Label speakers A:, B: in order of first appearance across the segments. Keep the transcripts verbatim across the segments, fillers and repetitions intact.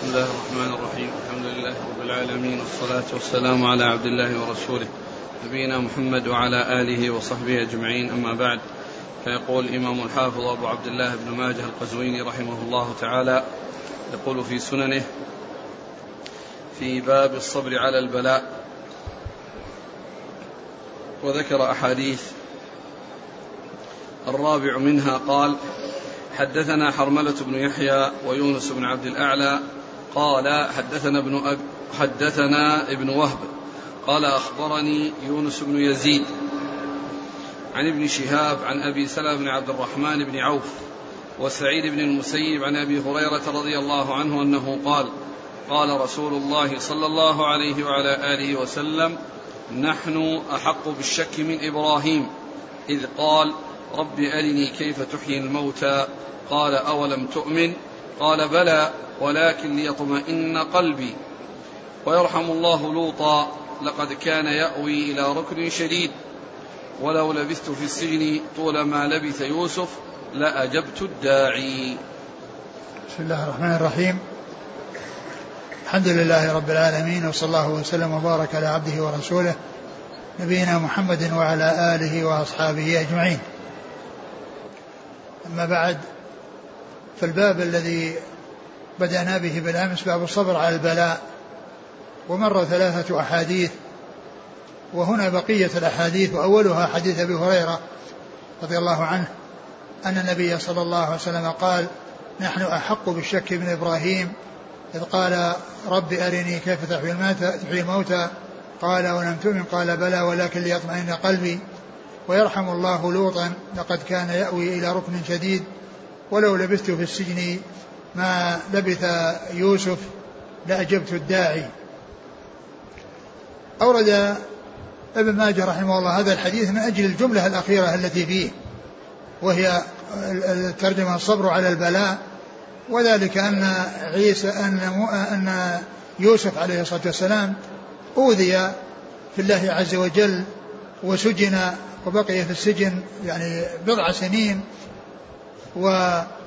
A: بسم الله الرحمن الرحيم. الحمد لله رب العالمين، والصلاة والسلام على عبد الله ورسوله نبينا محمد وعلى آله وصحبه أجمعين، أما بعد. فيقول الإمام الحافظ أبو عبد الله بن ماجه القزويني رحمه الله تعالى، يقول في سننه في باب الصبر على البلاء، وذكر أحاديث. الرابع منها قال: حدثنا حرملة بن يحيى ويونس بن عبد الأعلى قال حدثنا ابن, أب حدثنا ابن وهب قال أخبرني يونس بن يزيد عن ابن شهاب عن أبي سلمة بن عبد الرحمن بن عوف وسعيد بن المسيب عن أبي هريرة رضي الله عنه أنه قال: قال رسول الله صلى الله عليه وعلى آله وسلم: نحن أحق بالشك من إبراهيم إذ قال: رب أرني كيف تحيي الموتى، قال: أولم تؤمن؟ قال: بلى ولكن ليطمئن قلبي. ويرحم الله لوطا، لقد كان يأوي إلى ركن شديد، ولو لبثت في السجن طول ما لبث يوسف لأجبت الداعي.
B: بسم الله الرحمن الرحيم. الحمد لله رب العالمين، وصلى الله وسلم وبارك على عبده ورسوله نبينا محمد وعلى آله وأصحابه أجمعين. أما بعد، فالباب الذي بدأنا به بالأمس باب الصبر على البلاء، ومر ثلاثة أحاديث، وهنا بقية الأحاديث، وأولها حديث أبي هريرة رضي الله عنه أن النبي صلى الله عليه وسلم قال: نحن أحق بالشك من إبراهيم إذ قال: رب أرني كيف تحيي الموتى، قال: ولم تؤمن؟ قال: بلى ولكن ليطمئن قلبي. ويرحم الله لوطا، لقد كان يأوي إلى ركن شديد، ولو لبثت في السجن ما لبث يوسف لأجبت الداعي. أورد ابن ماجه رحمه الله هذا الحديث من أجل الجملة الأخيرة التي فيه، وهي الترجمة الصبر على البلاء، وذلك أن عيسى أن أن يوسف عليه الصلاة والسلام أوذي في الله عز وجل وسجن وبقي في السجن يعني بضع سنين، و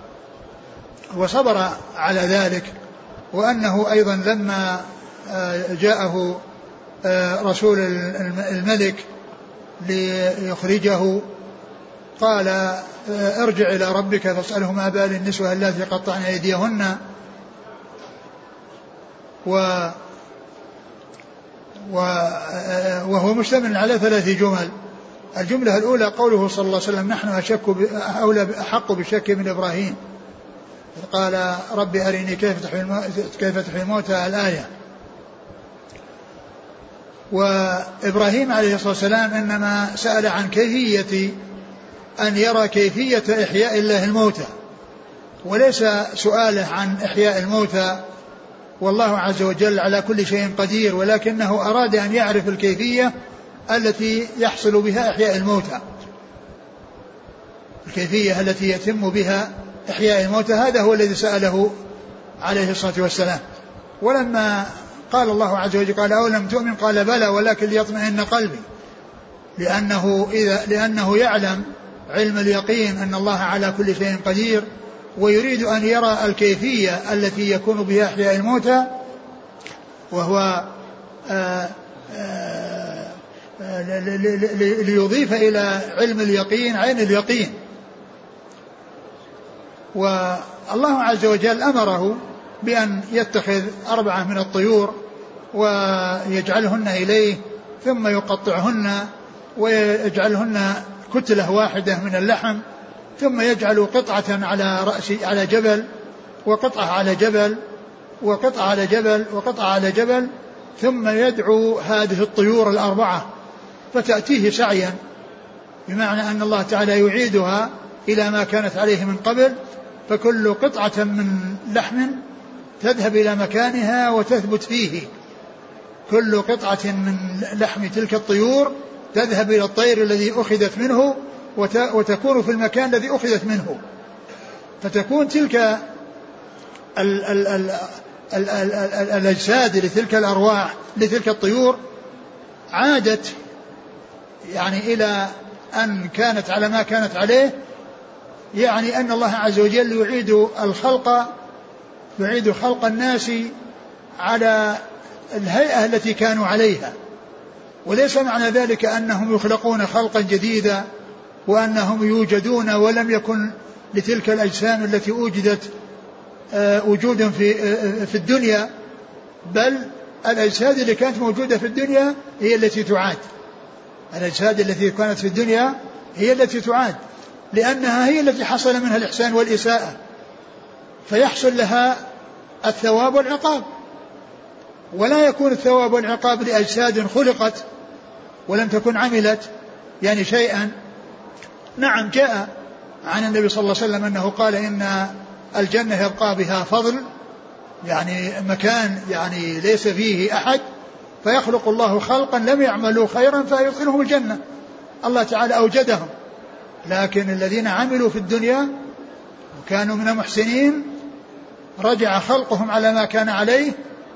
B: وصبر على ذلك. وأنه أيضا لما جاءه رسول الملك ليخرجه قال: ارجع إلى ربك فاسأله ما بال النسوة اللاتي قطعن أيديهن. و وهو مشتمل على ثلاث جمل. الجملة الأولى قوله صلى الله عليه وسلم: نحن أشك أحق بالشك من إبراهيم قال: رب أرني كيف تحيي الموتى، الآية. وإبراهيم عليه الصلاة والسلام إنما سأل عن كيفية أن يرى كيفية إحياء الله الموتى، وليس سؤاله عن إحياء الموتى، والله عز وجل على كل شيء قدير، ولكنه أراد أن يعرف الكيفية التي يحصل بها إحياء الموتى، الكيفية التي يتم بها إحياء الموتى. هذا هو الذي سأله عليه الصلاة والسلام. ولما قال الله عز وجل قال: أولم تؤمن؟ قال: بلى ولكن ليطمئن قلبي، لأنه, إذا لأنه يعلم علم اليقين أن الله على كل شيء قدير، ويريد أن يرى الكيفية التي يكون بها إحياء الموتى، وهو آآ آآ ليضيف إلى علم اليقين عين اليقين. والله عز وجل أمره بأن يتخذ أربعة من الطيور ويجعلهن إليه، ثم يقطعهن ويجعلهن كتلة واحدة من اللحم، ثم يجعل قطعة على رأس على جبل، وقطعة على جبل، وقطعة على جبل، وقطعة على جبل، ثم يدعو هذه الطيور الأربعة فتأتيه سعيا، بمعنى أن الله تعالى يعيدها إلى ما كانت عليه من قبل، فكل قطعة من لحم تذهب إلى مكانها وتثبت فيه، كل قطعة من لحم تلك الطيور تذهب إلى الطير الذي أخذت منه وتكون في المكان الذي أخذت منه، فتكون تلك ال ال ال ال ال ال الأجساد لتلك الأرواح لتلك الطيور عادت يعني إلى أن كانت على ما كانت عليه، يعني أن الله عز وجل يعيد الخلق يعيد خلق الناس على الهيئة التي كانوا عليها، وليس معنى ذلك أنهم يخلقون خلقا جديدا وأنهم يوجدون ولم يكن لتلك الأجسام التي وجدت وجودا في في الدنيا، بل الأجساد اللي كانت موجودة في الدنيا هي التي تعاد. الأجساد التي كانت في الدنيا هي التي تعاد، لأنها هي التي حصل منها الإحسان والإساءة، فيحصل لها الثواب والعقاب. ولا يكون الثواب والعقاب لأجساد خلقت ولم تكن عملت يعني شيئا. نعم جاء عن النبي صلى الله عليه وسلم أنه قال إن الجنة يبقى بها فضل، يعني مكان يعني ليس فيه أحد، فيخلق الله خلقا لم يعملوا خيرا فيدخلهم الجنة. الله تعالى أوجدهم، لكن الذين عملوا في الدنيا وكانوا من المحسنين رجع خلقهم على ما كان عليه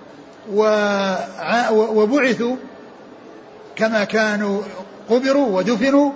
B: وبعثوا كما كانوا قبروا ودفنوا،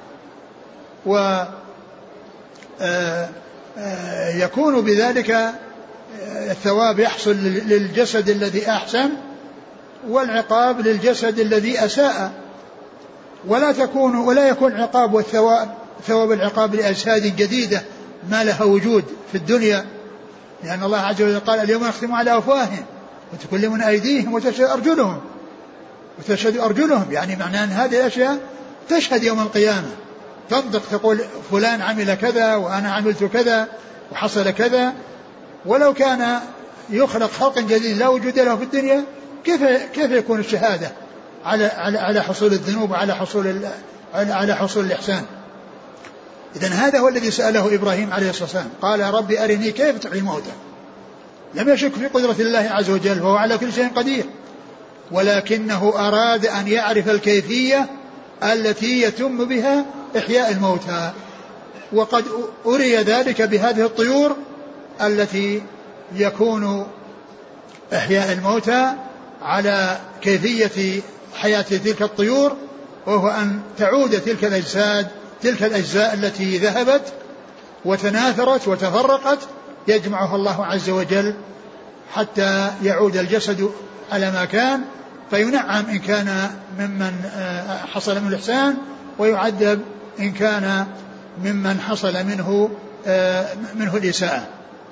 B: ويكون بذلك الثواب يحصل للجسد الذي أحسن والعقاب للجسد الذي أساء. ولا تكون ولا يكون عقاب والثواب ثواب العقاب لأجساد جديدة ما لها وجود في الدنيا، لأن الله عز وجل قال اليوم نختم على أفواههم وتكلمنا أيديهم وتشهد أرجلهم وتشهد أرجلهم، يعني معناه أن هذه الأشياء تشهد يوم القيامة، تنطق تقول فلان عمل كذا وأنا عملت كذا وحصل كذا. ولو كان يخلق خلق جديد لا وجود له في الدنيا كيف كيف يكون الشهادة على على على حصول الذنوب وعلى حصول على حصول الإحسان؟ إذن هذا هو الذي سأله إبراهيم عليه الصلاة والسلام، قال يا رب أرني كيف تحيي الموتى. لم يشك في قدرة الله عز وجل وهو على كل شيء قدير، ولكنه أراد أن يعرف الكيفية التي يتم بها إحياء الموتى، وقد أري ذلك بهذه الطيور التي يكون إحياء الموتى على كيفية حياة تلك الطيور، وهو أن تعود تلك الأجساد تلك الأجزاء التي ذهبت وتناثرت وتفرقت يجمعها الله عز وجل حتى يعود الجسد على ما كان، فينعم إن كان ممن حصل منه الإحسان ويعذب إن كان ممن حصل منه منه الإساءة.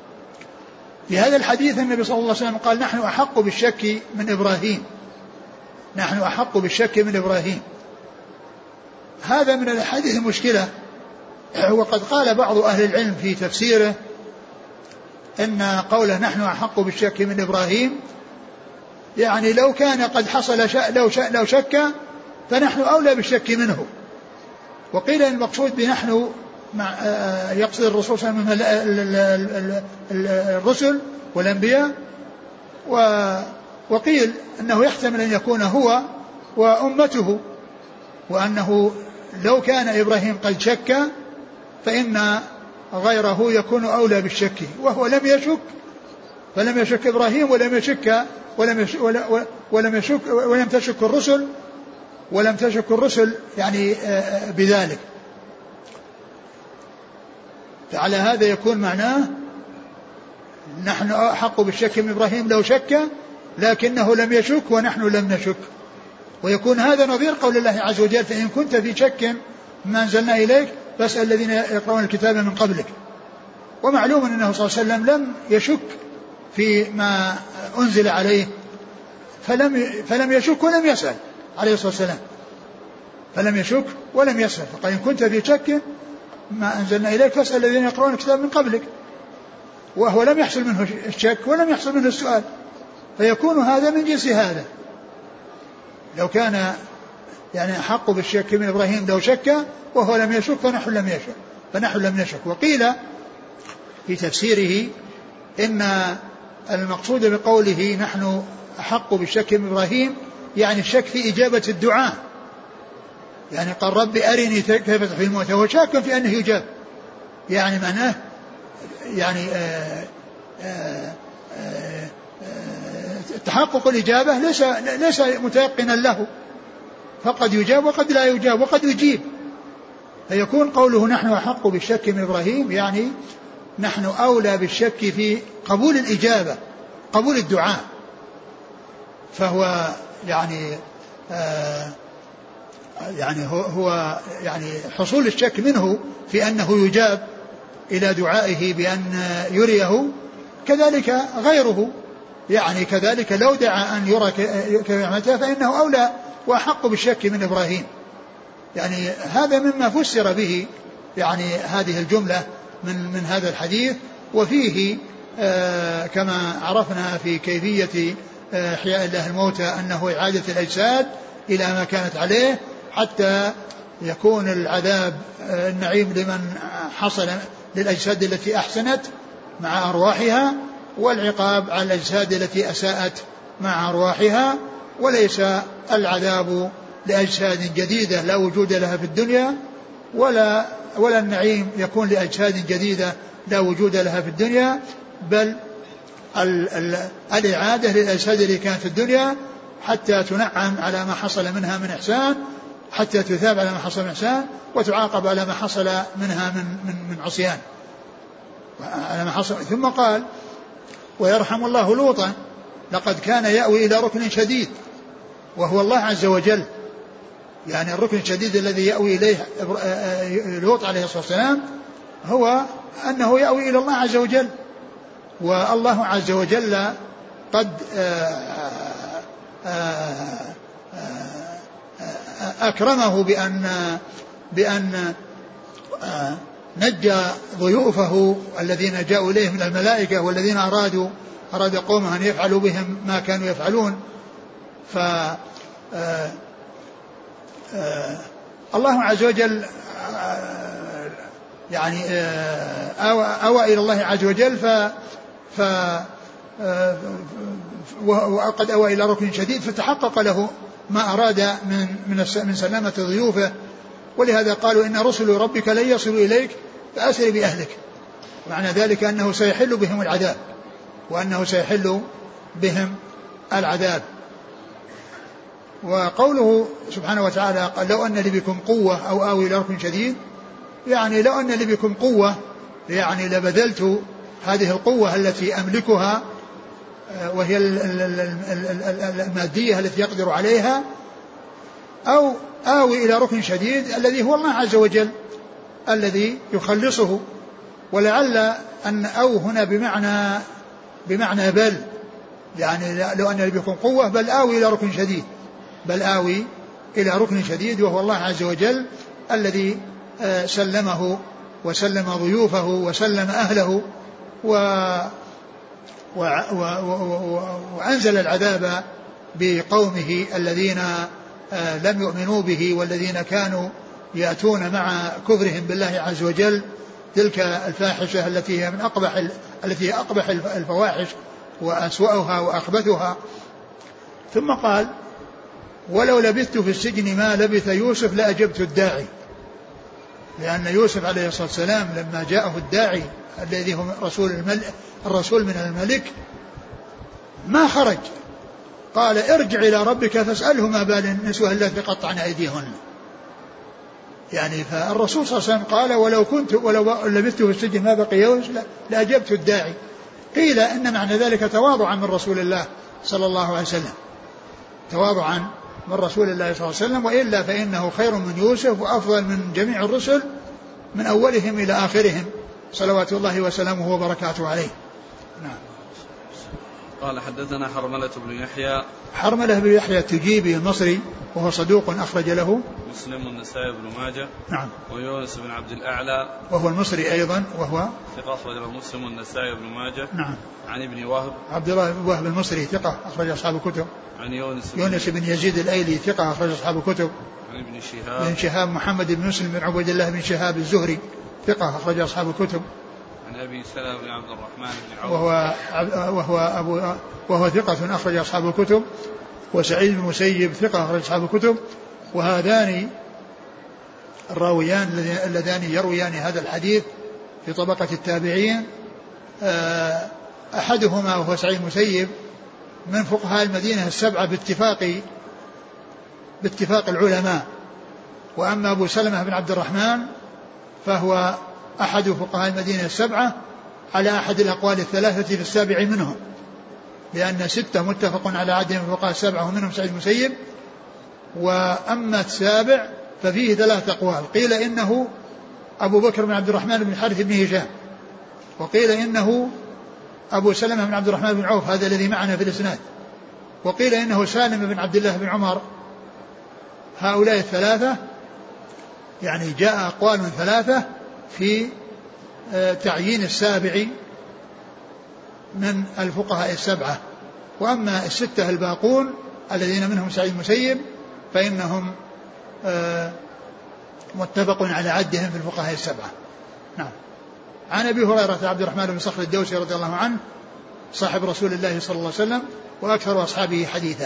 B: في هذا الحديث النبي صلى الله عليه وسلم قال نحن أحق بالشك من إبراهيم، نحن أحق بالشك من إبراهيم. هذا من الحديث المشكلة، وقد قال بعض أهل العلم في تفسيره إن قوله نحن أحق بالشك من إبراهيم يعني لو كان قد حصل شك لو, شك لو شك فنحن أولى بالشك منه. وقيل المقصود بنحن مع يقصد الرسول صلى الله عليه وسلم الرسل والأنبياء، وقيل أنه يحتمل أن يكون هو وأمته، وأنه لو كان إبراهيم قد شك فإن غيره يكون أولى بالشك، وهو لم يشك، فلم يشك إبراهيم ولم يشك ولم يشك ولم يشك ولم تشك الرسل ولم تشك الرسل يعني بذلك. فعلى هذا يكون معناه نحن أحق بالشك من إبراهيم لو شك لكنه لم يشك ونحن لم نشك. ويكون هذا نظير قول الله عز وجل فإن كنت في شك ما أنزلنا إليك فاسأل الذين يقرؤون الكتاب من قبلك. ومعلوم أنه صلى الله عليه وسلم لم يشك في ما أنزل عليه فلم, فلم يشك ولم يسأل عليه الصلاة والسلام، فلم يشك ولم يسأل. فقال إن كنت في شك ما أنزلنا إليك فاسأل الذين يقرؤون الكتاب من قبلك، وهو لم يحصل منه الشك ولم يحصل منه السؤال، فيكون هذا من جنس هذا. لو كان يعني أحق بالشك من إبراهيم لو شك وهو لم يشك فنحن لم يشك فنحن لم نشك. وقيل في تفسيره إن المقصود بقوله نحن أحق بالشك من إبراهيم يعني الشك في إجابة الدعاء، يعني قال ربي أرني كيف تحيي الموتى، وهو شاك في أنه يجاب، يعني معناه يعني آآ آآ آآ تحقق الإجابة ليس ليس متيقنا له، فقد يجاب وقد لا يجاب وقد يجيب. فيكون قوله نحن أحق بالشك من إبراهيم يعني نحن أولى بالشك في قبول الإجابة، قبول الدعاء. فهو يعني آه يعني هو, هو يعني حصول الشك منه في أنه يجاب إلى دعائه بأن يريه، كذلك غيره، يعني كذلك لو دعا أن يرى كرامته فإنه أولى وأحق بالشك من إبراهيم. يعني هذا مما فسر به يعني هذه الجملة من من هذا الحديث. وفيه آه كما عرفنا في كيفية آه إحياء الله الموتى أنه إعادة الأجساد إلى ما كانت عليه حتى يكون العذاب آه النعيم لمن حصل للأجساد التي أحسنت مع أرواحها، والعقاب على الأجساد التي أساءت مع أرواحها، وليس العذاب لأجساد جديدة لا وجود لها في الدنيا، ولا ولا النعيم يكون لأجساد جديدة لا وجود لها في الدنيا، بل ال ال الإعادة للأجساد اللي كانت في الدنيا حتى تنعم على ما حصل منها من إحسان، حتى تثاب على ما حصل من إحسان، وتعاقب على ما حصل منها من من من عصيان على ما حصل. ثم قال: ويرحم الله لوطا لقد كان يأوي إلى ركن شديد، وهو الله عز وجل. يعني الركن الشديد الذي يأوي إليه لوط عليه الصلاة والسلام هو أنه يأوي إلى الله عز وجل، والله عز وجل قد أكرمه بأن بأن نجى ضيوفه الذين جاءوا إليه من الملائكة والذين أرادوا أراد قومه أن يفعلوا بهم ما كانوا يفعلون. ف الله عز وجل يعني أوى إلى الله عز وجل ف ف وقد أوى إلى ركن شديد، فتحقق له ما أراد من من من سلامة ضيوفه. ولهذا قالوا: إن رسل ربك لن يصلوا إليك فأسر بأهلك. معنى ذلك أنه سيحل بهم العذاب، وأنه سيحل بهم العذاب. وقوله سبحانه وتعالى: قال: لو أن لي بكم قوة أو آوي إلى ركن شديد، يعني لو أن لي بكم قوة يعني لبذلت هذه القوة التي أملكها وهي المادية التي يقدر عليها، أو آوي إلى ركن شديد الذي هو الله عز وجل الذي يخلصه. ولعل أن أو هنا بمعنى بمعنى بل، يعني لو أن لي بكم قوة بل آوي إلى ركن شديد، بل آوي إلى ركن شديد، وهو الله عز وجل الذي سلمه وسلم ضيوفه وسلم أهله و و و و وأنزل العذاب بقومه الذين لم يؤمنوا به، والذين كانوا يأتون مع كفرهم بالله عز وجل تلك الفاحشة التي هي من أقبح التي هي أقبح الفواحش وأسوأها وأخبثها. ثم قال: ولو لبثت في السجن ما لبث يوسف لأجبت الداعي. لأن يوسف عليه الصلاة والسلام لما جاءه الداعي الذي هو رسول الملك الرسول من الملك ما خرج، قال: ارجع إلى ربك فاسأله ما بال النسوة التي قطعن أيديهن. يعني فالرسول صلى الله عليه وسلم قال: ولو كنت ولو لبثت في السجن ما بقي يوسف لأجبت الداعي. قيل إن معنى ذلك تواضعا من رسول الله صلى الله عليه وسلم، تواضعا من رسول الله صلى الله عليه وسلم، وإلا فإنه خير من يوسف وأفضل من جميع الرسل من أولهم إلى آخرهم صلوات الله وسلامه وبركاته عليه. نعم.
A: قال: حدثنا حرملة بن يحيى.
B: حرملة بن يحيى التجيبي المصري وهو صدوق أخرج له
A: مسلم والنسائي بن ماجه.
B: نعم.
A: ويونس بن عبد الأعلى
B: وهو المصري أيضا وهو
A: ثقة أخرج له مسلم والنسائي بن ماجه.
B: نعم.
A: عن ابن وهب
B: عبد الله بن وهب المصري ثقة أخرج أصحاب الكتب.
A: عن يونس
B: يونس بن يزيد الأيلي ثقة أخرج أصحاب الكتب.
A: عن ابن شهاب
B: بن شهاب محمد بن مسلم بن عبد الله بن شهاب الزهري ثقة أخرج أصحاب الكتب.
A: عن أبي سلمة بن عبد الرحمن بن عوف
B: وهو وهو أبو وهو ثقة أخرج أصحاب الكتب. وسعيد بن المسيب ثقة أخرج أصحاب الكتب. وهذان الراويان اللذان يرويان هذا الحديث في طبقة التابعين، أحدهما وهو سعيد المسيب من فقهاء المدينة السبعة باتفاق باتفاق العلماء، وأما أبو سلمة بن عبد الرحمن فهو أحد فقهاء المدينة السبعة على أحد الأقوال الثلاثة في السابع منهم، لأن ستة متفق على عدهم الفقهاء السبعة ومنهم سعيد المسيب. وأما السابع ففيه ثلاث أقوال، قيل إنه أبو بكر بن عبد الرحمن بن الحارث بن هشام، وقيل إنه أبو سلمة بن عبد الرحمن بن عوف هذا الذي معنا في الإسناد، وقيل إنه سالم بن عبد الله بن عمر. هؤلاء الثلاثة يعني جاء أقوال ثلاثة في تعيين السابع من الفقهاء السبعة. وأما الستة الباقون الذين منهم سعيد المسيب فإنهم متفق على عدهم في الفقهاء السبعة. نعم. عن أبي هريرة عبد الرحمن بن صخر الدوسي رضي الله عنه صاحب رسول الله صلى الله عليه وسلم وأكثر أصحابه حديثا.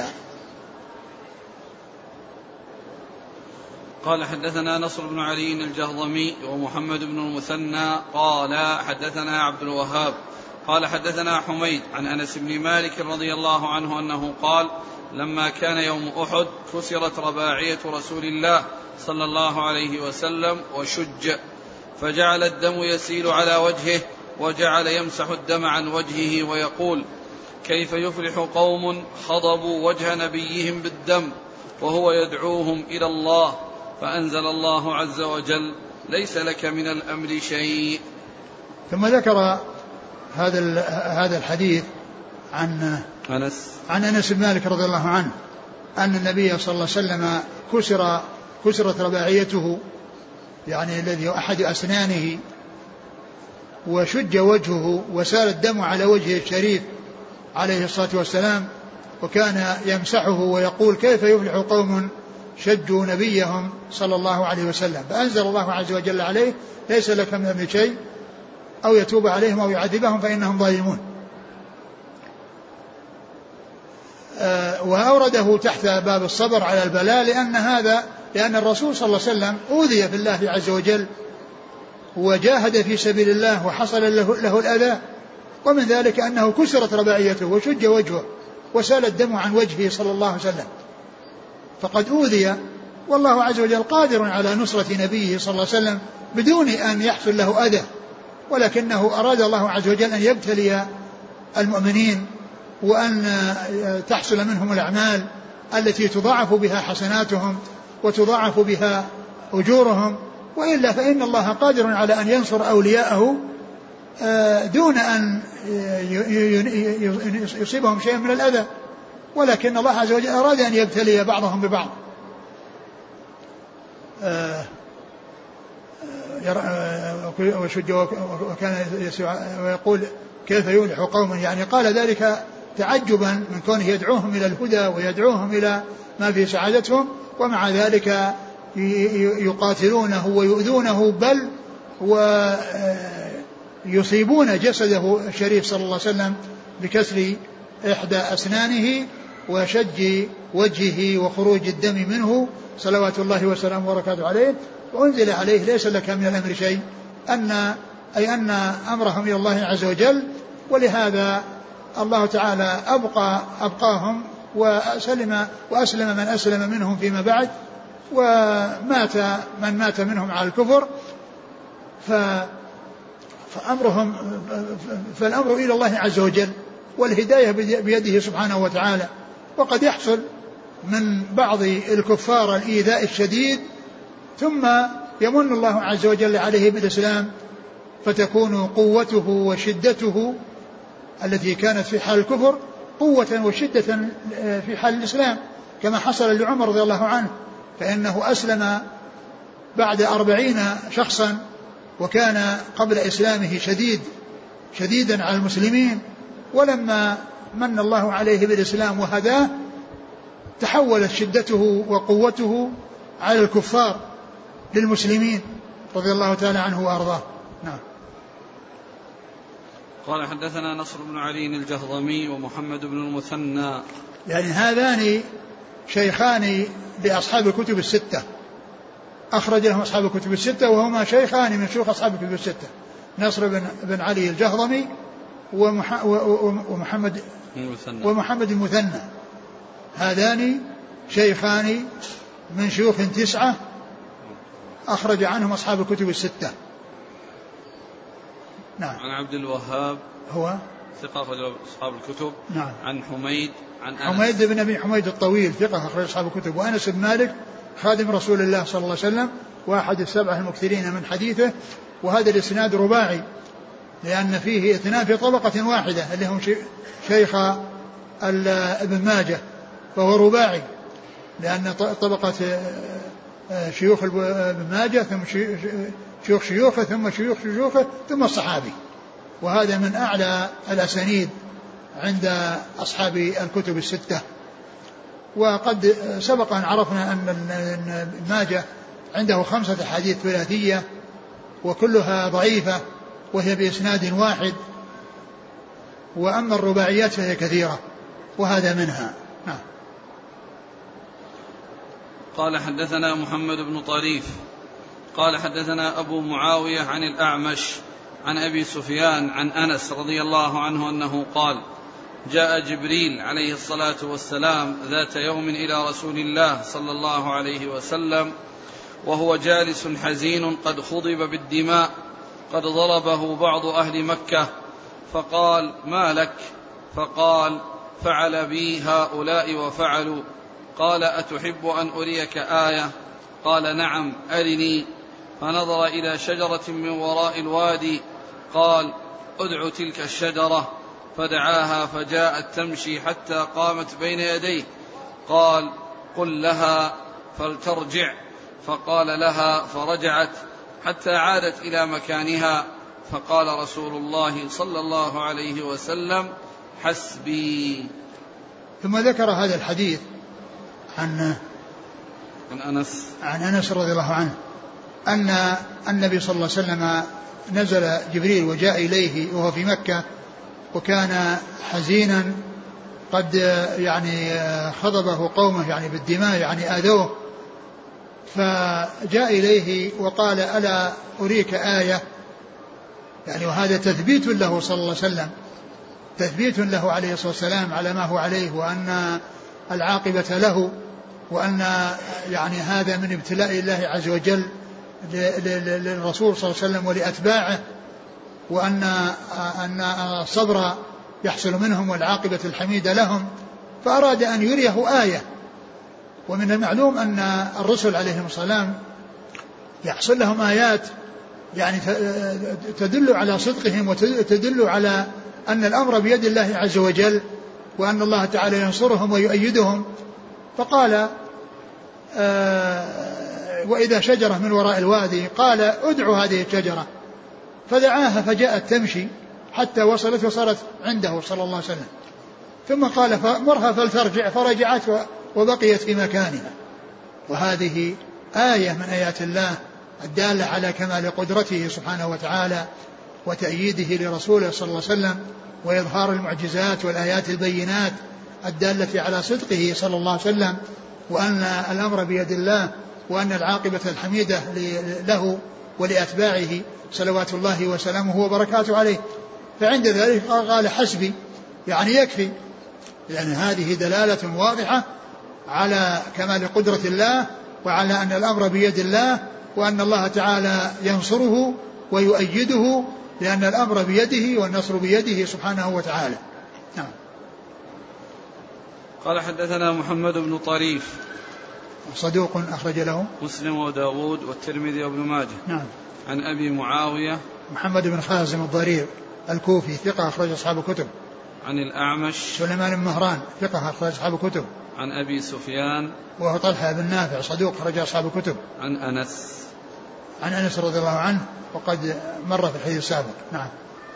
A: قال حدثنا نصر بن علي الجهضمي ومحمد بن المثنى قال حدثنا عبد الوهاب قال حدثنا حميد عن أنس بن مالك رضي الله عنه أنه قال لما كان يوم أحد كسرت رباعية رسول الله صلى الله عليه وسلم وشج، فجعل الدم يسيل على وجهه، وجعل يمسح الدم عن وجهه ويقول كيف يفلح قوم خضبوا وجه نبيهم بالدم وهو يدعوهم إلى الله، فأنزل الله عز وجل ليس لك من الأمر شيء.
B: ثم ذكر هذا هذا الحديث عن
A: أنس
B: عن أنس بن مالك رضي الله عنه أن النبي صلى الله عليه وسلم كسر كسرت رباعيته، يعني الذي أحد أسنانه، وشج وجهه وسال الدم على وجهه الشريف عليه الصلاة والسلام، وكان يمسحه ويقول كيف يفلح قوم شجوا نبيهم صلى الله عليه وسلم، فأنزل الله عز وجل عليه ليس لك من أمر شيء أو يتوب عليهم أو يعذبهم فإنهم ظالمون. وأورده تحت باب الصبر على البلاء، لأن هذا لأن الرسول صلى الله عليه وسلم أوذي في الله عز وجل وجاهد في سبيل الله وحصل له, له الأذى، ومن ذلك أنه كسرت رباعيته وشج وجهه وسال الدم عن وجهه صلى الله عليه وسلم، فقد أوذي، والله عز وجل قادر على نصرة نبيه صلى الله عليه وسلم بدون أن يحصل له أذى، ولكنه أراد الله عز وجل أن يبتلي المؤمنين وأن تحصل منهم الأعمال التي تضاعف بها حسناتهم وتضاعف بها أجورهم، وإلا فإن الله قادر على أن ينصر أولياءه دون أن يصيبهم شيء من الأذى، ولكن الله عز وجل أراد أن يبتلي بعضهم ببعض. وكان ويقول كيف يفلح قوم، يعني قال ذلك تعجبا من كونه يدعوهم إلى الهدى ويدعوهم إلى ما في سعادتهم، ومع ذلك يقاتلونه ويؤذونه بل ويصيبون جسده الشريف صلى الله عليه وسلم بكسر إحدى أسنانه وشج وجهه وخروج الدم منه صلوات الله وسلامه وبركاته عليه. وأنزل عليه ليس لك من الأمر شيء، أن أي أن أمرهم إلى الله عز وجل، ولهذا الله تعالى أبقى أبقاهم وأسلم وأسلم من أسلم منهم فيما بعد، ومات من مات منهم على الكفر، فأمرهم فالأمر إلى الله عز وجل، والهداية بيده سبحانه وتعالى. وقد يحصل من بعض الكفار الإيذاء الشديد ثم يمن الله عز وجل عليه بالإسلام، فتكون قوته وشدته التي كانت في حال الكفر قوة وشدة في حال الإسلام، كما حصل لعمر رضي الله عنه، فإنه أسلم بعد أربعين شخصا، وكان قبل إسلامه شديد شديدا على المسلمين، ولما من الله عليه بالإسلام وهداه تحولت شدته وقوته على الكفار للمسلمين رضي الله تعالى عنه وأرضاه. نعم.
A: قال حدثنا نصر بن علي الجهضمي ومحمد بن المثنى،
B: يعني هذان شيخان لأصحاب الكتب الستة، أخرج لهم أصحاب الكتب الستة، وهما شيخان من شيوخ أصحاب الكتب الستة، نصر بن, بن علي الجهضمي ومح ومحمد المثنى. ومحمد المثنى، هذان شيخان من شيوخ تسعة أخرج عنهم أصحاب الكتب الستة. نعم.
A: عن عبد الوهاب
B: هو
A: ثقة أخرج أصحاب الكتب.
B: نعم.
A: عن حميد عن أنس
B: حميد بن أبي حميد الطويل ثقة أخرج أصحاب الكتب. وأنس بن مالك خادم رسول الله صلى الله عليه وسلم واحد السبعة المكثرين من حديثه. وهذا الإسناد رباعي لأن فيه اثنان في طبقة واحدة اللي هم شيخ ابن ماجه، فهو رباعي لأن طبقة شيوخ ابن ماجه ثم شيوخ شيوخه ثم شيوخ شيوخه ثم الصحابي، وهذا من أعلى الأسانيد عند أصحاب الكتب الستة. وقد سبق أن عرفنا أن ماجه عنده خمسة حديث ثلاثية وكلها ضعيفة وهي بإسناد واحد، وأما الرباعيات فهي كثيرة وهذا منها. نعم.
A: قال حدثنا محمد بن طريف قال حدثنا أبو معاوية عن الأعمش عن أبي سفيان عن أنس رضي الله عنه أنه قال: جاء جبريل عليه الصلاة والسلام ذات يوم إلى رسول الله صلى الله عليه وسلم وهو جالس حزين قد خضب بالدماء قد ضربه بعض أهل مكة، فقال: ما لك؟ فقال: فعل بي هؤلاء وفعلوا. قال: أتحب أن أريك آية؟ قال: نعم أرني. فنظر إلى شجرة من وراء الوادي قال: ادع تلك الشجرة. فدعاها فجاءت تمشي حتى قامت بين يديه. قال: قل لها فلترجع. فقال لها فرجعت حتى عادت إلى مكانها. فقال رسول الله صلى الله عليه وسلم: حسبي.
B: ثم ذكر هذا الحديث عن
A: عن أنس
B: عن أنس رضي الله عنه أن النبي صلى الله عليه وسلم نزل جبريل وجاء إليه وهو في مكة وكان حزينا قد يعني خضبه قومه يعني بالدماء يعني آذوه، فجاء إليه وقال: ألا أريك آية؟ يعني وهذا تثبيت له صلى الله عليه وسلم، تثبيت له عليه الصلاة والسلام على ما هو عليه، وأن العاقبة له، وأن يعني هذا من ابتلاء الله عز وجل للرسول صلى الله عليه وسلم ولأتباعه، وأن أن الصبر يحصل منهم والعاقبة الحميدة لهم، فأراد أن يريه آية. ومن المعلوم أن الرسل عليهم السلام يحصل لهم آيات يعني تدل على صدقهم وتدل على أن الأمر بيد الله عز وجل، وأن الله تعالى ينصرهم ويؤيدهم. فقال: آه وإذا شجرة من وراء الوادي قال: ادعو هذه الشجرة. فدعاها فجاءت تمشي حتى وصلت وصارت عنده صلى الله عليه وسلم، ثم قال: فمرها فلترجع. فرجعت وبقيت في مكانها. وهذه آية من آيات الله الدالة على كمال قدرته سبحانه وتعالى وتأييده لرسوله صلى الله عليه وسلم، وإظهار المعجزات والآيات البينات الدالة على صدقه صلى الله عليه وسلم، وأن الأمر بيد الله، وأن العاقبة الحميدة له ولأتباعه صلوات الله وسلامه وبركاته عليه. فعند ذلك قال: حسبي، يعني يكفي، لأن هذه دلالة واضحة على كمال قدرة الله، وعلى أن الأمر بيد الله، وأن الله تعالى ينصره ويؤيده، لأن الأمر بيده والنصر بيده سبحانه وتعالى. نعم.
A: قال حدثنا محمد بن طريف
B: صدوق أخرج له
A: مسلم وداود والترمذي وابن ماجه.
B: نعم.
A: عن أبي معاوية
B: محمد بن خازم الضرير الكوفي ثقة أخرج أصحاب الكتب.
A: عن الأعمش
B: سليمان بن مهران ثقة أخرج أصحاب الكتب.
A: عن أبي سفيان
B: وهو طلحة بن نافع صدوق أخرج أصحاب الكتب.
A: عن أنس
B: عن أنس رضي الله عنه وقد مر في الحديث السابق. نعم.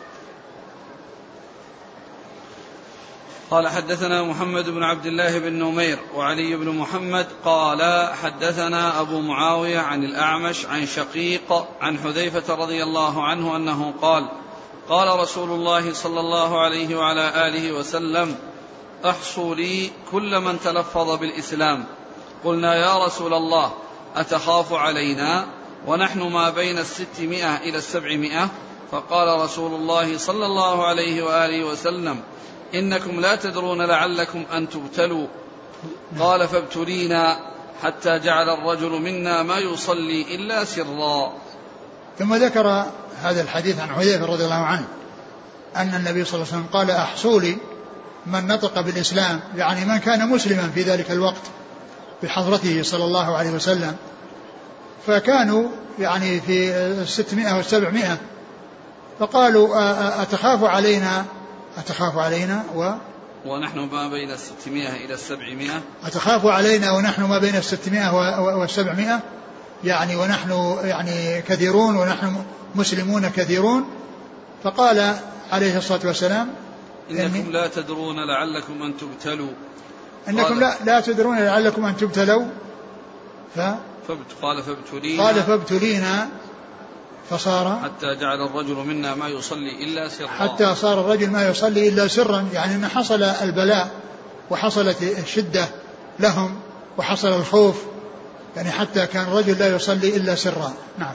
A: قال حدثنا محمد بن عبد الله بن نمير وعلي بن محمد قال حدثنا أبو معاوية عن الأعمش عن شقيق عن حذيفة رضي الله عنه أنه قال قال رسول الله صلى الله عليه وعلى آله وسلم: أحصوا لي كل من تلفظ بالإسلام. قلنا: يا رسول الله أتخاف علينا ونحن ما بين الستمائة إلى السبعمائة؟ فقال رسول الله صلى الله عليه وآله وسلم: إنكم لا تدرون لعلكم أن تبتلوا. قال: فابتلينا حتى جعل الرجل منا ما يصلي إلا سرا.
B: ثم ذكر هذا الحديث عن حذيفة رضي الله عنه أن النبي صلى الله عليه وسلم قال أحصوا لي من نطق بالإسلام، يعني من كان مسلما في ذلك الوقت بحضرته صلى الله عليه وسلم، فكانوا يعني في ستمائة وسبعمائة، فقالوا أتخاف علينا أتخاف علينا و
A: ونحن ما بين الستمائة إلى السبعمائة
B: أتخاف علينا ونحن ما بين الستمائة والسبعمائة، يعني ونحن يعني كثيرون ونحن مسلمون كثيرون. فقال عليه الصلاة والسلام
A: إنكم لا تدرون لعلكم أن تبتلوا
B: إنكم لا, لا تدرون لعلكم أن تبتلوا ف
A: قال فابتلينا
B: قال فابتلينا فصار
A: حتى جعل الرجل منا ما يصلي إلا سرا
B: حتى صار الرجل ما يصلي إلا سرا، يعني أن حصل البلاء وحصلت الشدة لهم وحصل الخوف، يعني حتى كان الرجل لا يصلي إلا سرا. نعم.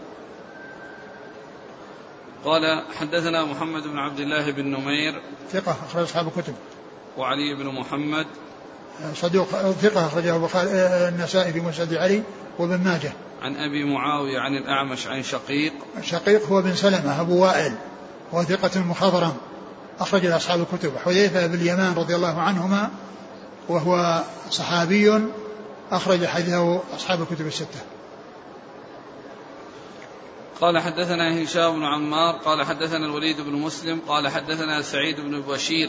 A: قال حدثنا محمد بن عبد الله بن نمير
B: ثقة أخرج أصحاب الكتب،
A: وعلي بن محمد
B: صدوق ثقة أخرجه النسائي في مسند علي وابن ماجه.
A: عن أبي معاوية عن الأعمش عن شقيق
B: شقيق هو بن سلمة أبو وائل وثقة مخضرم أخرج أصحاب الكتب. حذيفة بن اليمان رضي الله عنهما وهو صحابي أخرج حديثه أصحاب الكتب الستة.
A: قال حدثنا هشام بن عمار قال حدثنا الوليد بن مسلم قال حدثنا سعيد بن بشير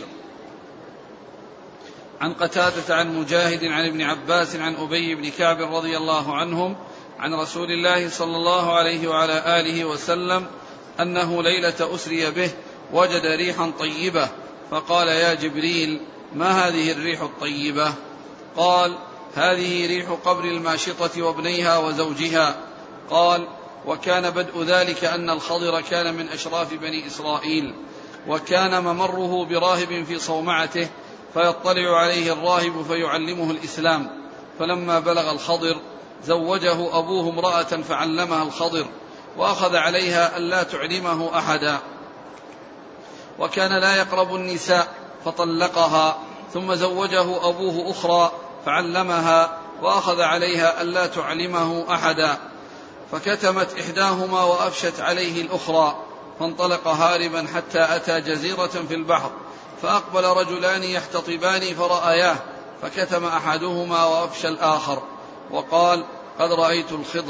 A: عن قتادة عن مجاهد عن ابن عباس عن أبي بن كعب رضي الله عنهم عن رسول الله صلى الله عليه وعلى آله وسلم أنه ليلة أسري به وجد ريحا طيبة فقال يا جبريل ما هذه الريح الطيبة؟ قال هذه ريح قبر الماشطة وابنيها وزوجها. قال وكان بدء ذلك أن الخضر كان من أشراف بني إسرائيل، وكان ممره براهب في صومعته فيطلع عليه الراهب فيعلمه الإسلام، فلما بلغ الخضر زوجه أبوه امرأة فعلمها الخضر وأخذ عليها ألا تعلمه أحدا، وكان لا يقرب النساء فطلقها، ثم زوجه أبوه أخرى فعلمها وأخذ عليها ألا تعلمه أحدا، فكتمت إحداهما وأفشت عليه الأخرى، فانطلق هاربا حتى أتى جزيرة في البحر، فأقبل رجلان يحتطبان فرأياه، فكتم أحدهما وأفشى الآخر، وقال قد رأيت الخضر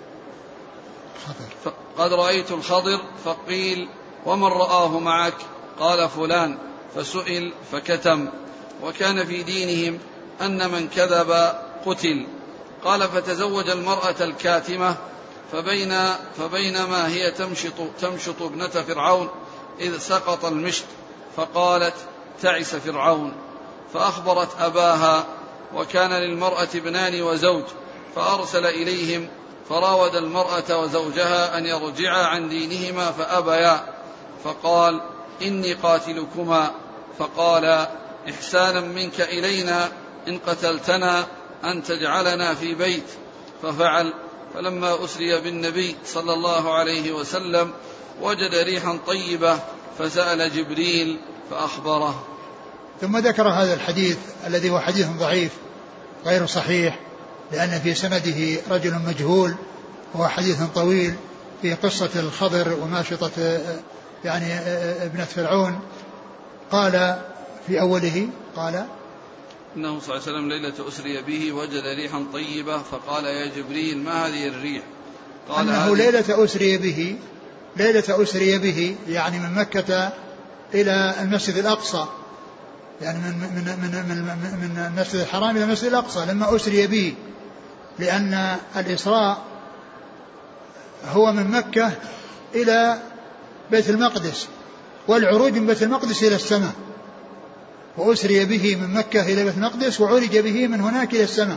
A: قد رأيت الخضر فقيل ومن رآه معك؟ قال فلان، فسئل فكتم. وكان في دينهم أن من كذب قتل. قال فتزوج المرأة الكاتمة، فبين فبينما هي تمشط, تمشط ابنة فرعون إذ سقط المشط، فقالت تعس فرعون، فأخبرت أباها، وكان للمرأة ابنان وزوج، فأرسل إليهم فراود المرأة وزوجها أن يرجعا عن دينهما فأبيا، فقال إني قاتلكما، فقال إحسانا منك إلينا إن قتلتنا أن تجعلنا في بيت، ففعل. فلما أسري بالنبي صلى الله عليه وسلم وجد ريحا طيبة فسأل جبريل فأخبره.
B: ثم ذكر هذا الحديث الذي هو حديث ضعيف غير صحيح، لأن في سنده رجل مجهول، وهو حديث طويل في قصة الخضر وماشطة يعني ابنة فرعون. قال في أوله قال
A: إنه صلى الله عليه وسلم ليلة أسري به وجد ريحا طيبة فقال يا جبريل ما هذه الريح؟ قال
B: أنه ليلة أسري به ليلة أسري به يعني من مكة إلى المسجد الأقصى، يعني من من من من, من المسجد الحرام إلى المسجد الأقصى لما أسري به، لأن الإسراء هو من مكة إلى بيت المقدس، والعروج من بيت المقدس إلى السماء، وأسري به من مكة إلى بيت المقدس وعرج به من هناك إلى السماء.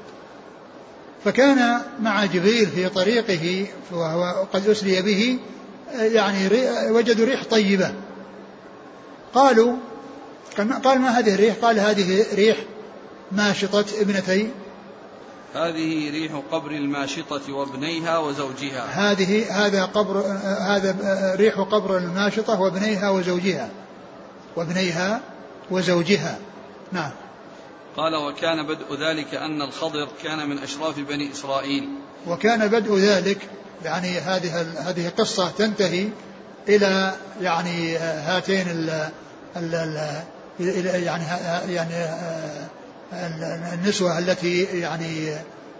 B: فكان مع جبريل في طريقه وهو قد أسري به يعني وجدوا ريح طيبة، قالوا قال ما هذه الريح؟ قال هذه ريح ماشطة ابنتي
A: هذه ريح قبر الماشطة وابنيها وزوجها
B: هذه هذا قبر هذا ريح قبر الماشطة وابنيها وزوجها وابنيها وزوجها. نعم.
A: قال وكان بدء ذلك أن الخضر كان من أشراف بني إسرائيل.
B: وكان بدء ذلك يعني هذه هذه قصة تنتهي إلى يعني هاتين ال ال يعني يعني النسوة التي يعني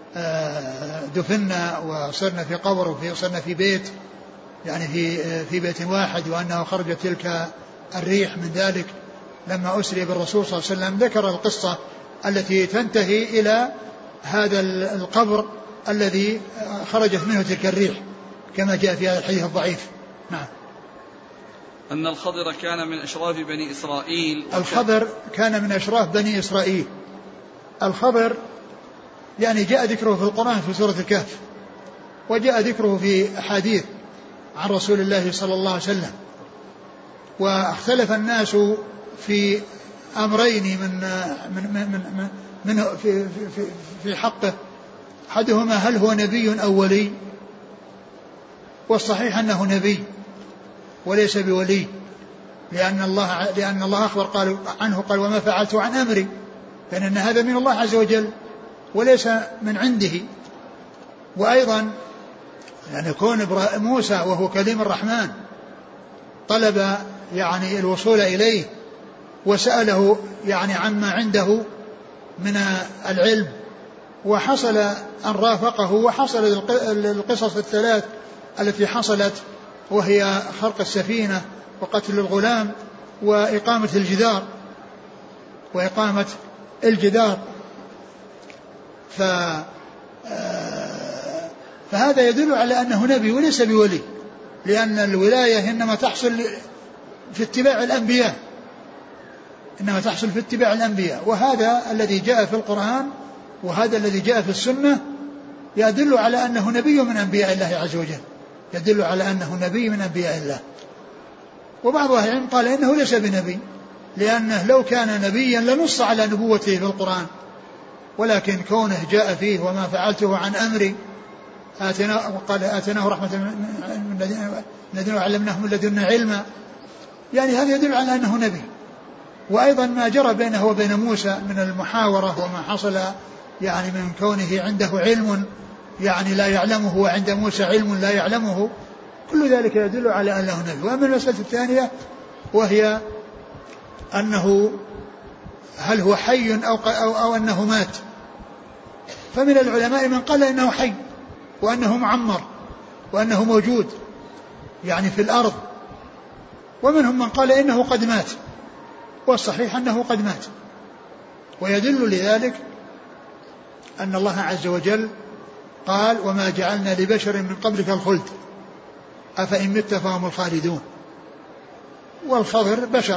B: دفنا وصرنا في قبر وفي صرنا في بيت يعني في في بيت واحد، وأنه خرجت تلك الريح من ذلك لما أسري بالرسول صلى الله عليه وسلم. ذكر القصة التي تنتهي إلى هذا القبر الذي خرجت منه تلك الريح كما جاء في هذا الحديث الضعيف. نعم.
A: أن الخضر كان من أشراف بني إسرائيل.
B: الخضر كان من أشراف بني إسرائيل. الخضر يعني جاء ذكره في القرآن في سورة الكهف، وجاء ذكره في أحاديث عن رسول الله صلى الله عليه وسلم. واختلف الناس في أمرين من من من من, من في, في, في حقه. أحدهما هل هو نبي أو ولي، والصحيح أنه نبي وليس بولي، لأن الله لأن الله أخبر قال عنه قال وما فعلت عن أمري، فإن هذا من الله عز وجل وليس من عنده. وأيضا يعني كون موسى وهو كليم الرحمن طلب يعني الوصول إليه وسأله يعني عما عنده من العلم، وحصل أن رافقه، وحصل القصص الثلاث التي حصلت، وهي خرق السفينة وقتل الغلام وإقامة الجدار وإقامة الجدار ف فهذا يدل على أنه نبي وليس بولي، لأن الولاية إنما تحصل في اتباع الأنبياء إنما تحصل في اتباع الأنبياء. وهذا الذي جاء في القرآن وهذا الذي جاء في السنة يدل على أنه نبي من أنبياء الله عز وجل، يدل على أنه نبي من أنبياء الله. وبعض أهل العلم قال إنه ليس بنبي، لأنه لو كان نبيا لنص على نبوته في القرآن، ولكن كونه جاء فيه وما فعلته عن أمري آتنا وقال آتناه رحمة من الذين علمناه من لدنا علما، يعني هذا يدل على أنه نبي. وأيضا ما جرى بينه وبين موسى من المحاورة وما حصل يعني من كونه عنده علم يعني لا يعلمه وعند موسى علم لا يعلمه، كل ذلك يدل على أنه نبي. وأما المسألة الثانية وهي أنه هل هو حي أو, أو, أو أنه مات، فمن العلماء من قال إنه حي وأنه معمر وأنه موجود يعني في الأرض، ومنهم من قال إنه قد مات، والصحيح أنه قد مات. ويدل لذلك أن الله عز وجل قال وما جعلنا لبشر من قبلك الخلد أفإن مت فهم الخالدون. والخضر بشر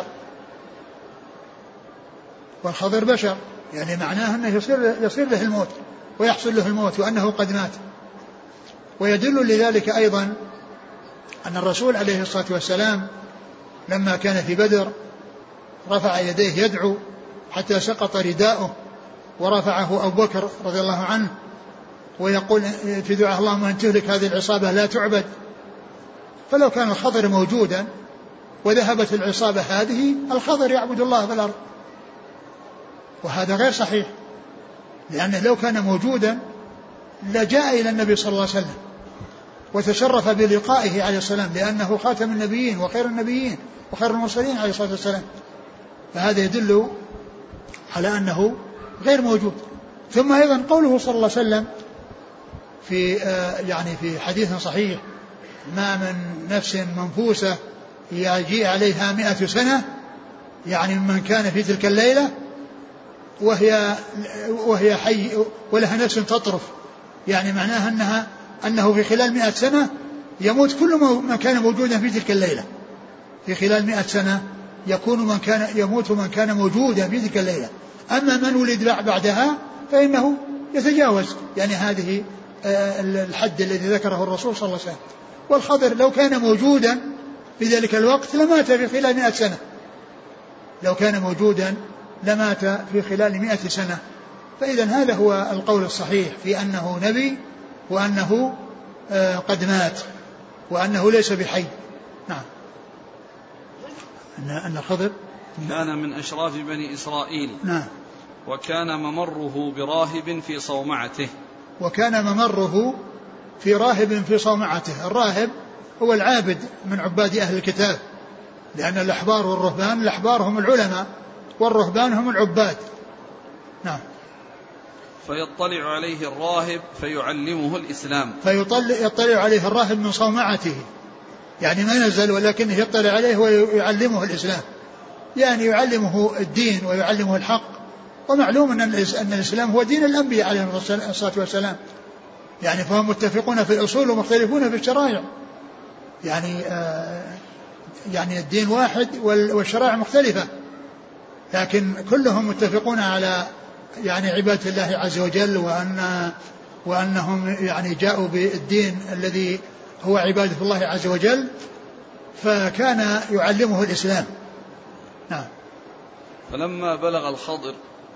B: والخضر بشر يعني معناه أنه يصير, يصير له الموت ويحصل له الموت وأنه قد مات. ويدل لذلك أيضا أن الرسول عليه الصلاة والسلام لما كان في بدر رفع يديه يدعو حتى سقط رداؤه، ورفعه أبو بكر رضي الله عنه ويقول في دعاء اللهم أن تهلك هذه العصابة لا تعبد. فلو كان الخضر موجودا وذهبت العصابة هذه الخضر يعبد الله في الأرض، وهذا غير صحيح، لأنه لو كان موجودا لجاء إلى النبي صلى الله عليه وسلم وتشرف بلقائه عليه السلام، لأنه خاتم النبيين وخير النبيين وخير المرسلين عليه الصلاة والسلام. فهذا يدل على أنه غير موجود. ثم أيضا قوله صلى الله عليه وسلم في آه يعني في حديث صحيح ما من نفس منفوسة يجيء عليها مئة سنة يعني من كان في تلك الليلة وهي وهي حي ولها نفس تطرف، يعني معناها أنها أنه في خلال مئة سنة يموت كل من كان موجودا في تلك الليلة. في خلال مئة سنة يكون من كان يموت من كان موجودا في تلك الليلة. أما من ولد بعدها فإنه يتجاوز يعني هذه الحد الذي ذكره الرسول صلى الله عليه وسلم. والخضر لو كان موجودا في ذلك الوقت لمات في خلال مئة سنة، لو كان موجودا لمات في خلال مئة سنة. فإذا هذا هو القول الصحيح في أنه نبي وأنه قد مات وأنه ليس بحي. نعم. أن الخضر
A: كان من أشراف بني إسرائيل.
B: نعم.
A: وكان ممره براهب في صومعته.
B: وكان ممره في راهب في صومعته. الراهب هو العابد من عباد أهل الكتاب، لأن الأحبار والرهبان، الأحبار هم العلماء والرهبان هم العباد. نعم.
A: فيطلع عليه الراهب فيعلمه الإسلام.
B: فيطلع عليه الراهب من صومعته، يعني ما نزل ولكنه يطلع عليه ويعلمه الإسلام، يعني يعلمه الدين ويعلمه الحق. ومعلوم أن الإسلام هو دين الأنبياء عليهم الصلاة والسلام، يعني فهم متفقون في الأصول ومختلفون في الشرائع، يعني آه يعني الدين واحد والشرائع مختلفة، لكن كلهم متفقون على يعني عبادة الله عز وجل، وأن وأنهم يعني جاءوا بالدين الذي هو عبادة الله عز وجل، فكان يعلمه الإسلام. نعم.
A: فلما بلغ الخضر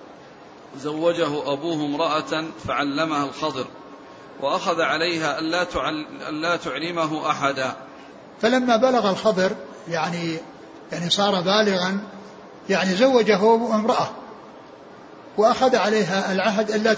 A: زوجه أبوه امرأة فعلمها الخضر وأخذ عليها ألا ألا تعلمه أحدا.
B: فلما بلغ الخضر يعني يعني صار بالغا، يعني زوجه امرأة وأخذ عليها العهد ألا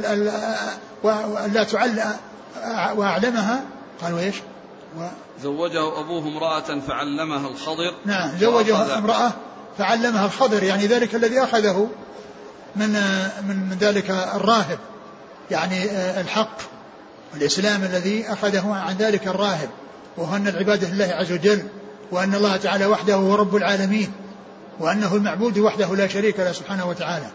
B: ألا تعلم وأعلمها. قالوا إيش؟
A: زوجه أبوه امرأة فعلمها الخضر.
B: نعم، زوجه امرأة فعلمها الخضر، يعني ذلك الذي أخذه من من ذلك الراهب، يعني الحق والإسلام الذي أخذه عن ذلك الراهب، وهو أن العبادة لله عز وجل، وأن الله تعالى وحده هو رب العالمين، وأنه المعبود وحده لا شريك له سبحانه وتعالى.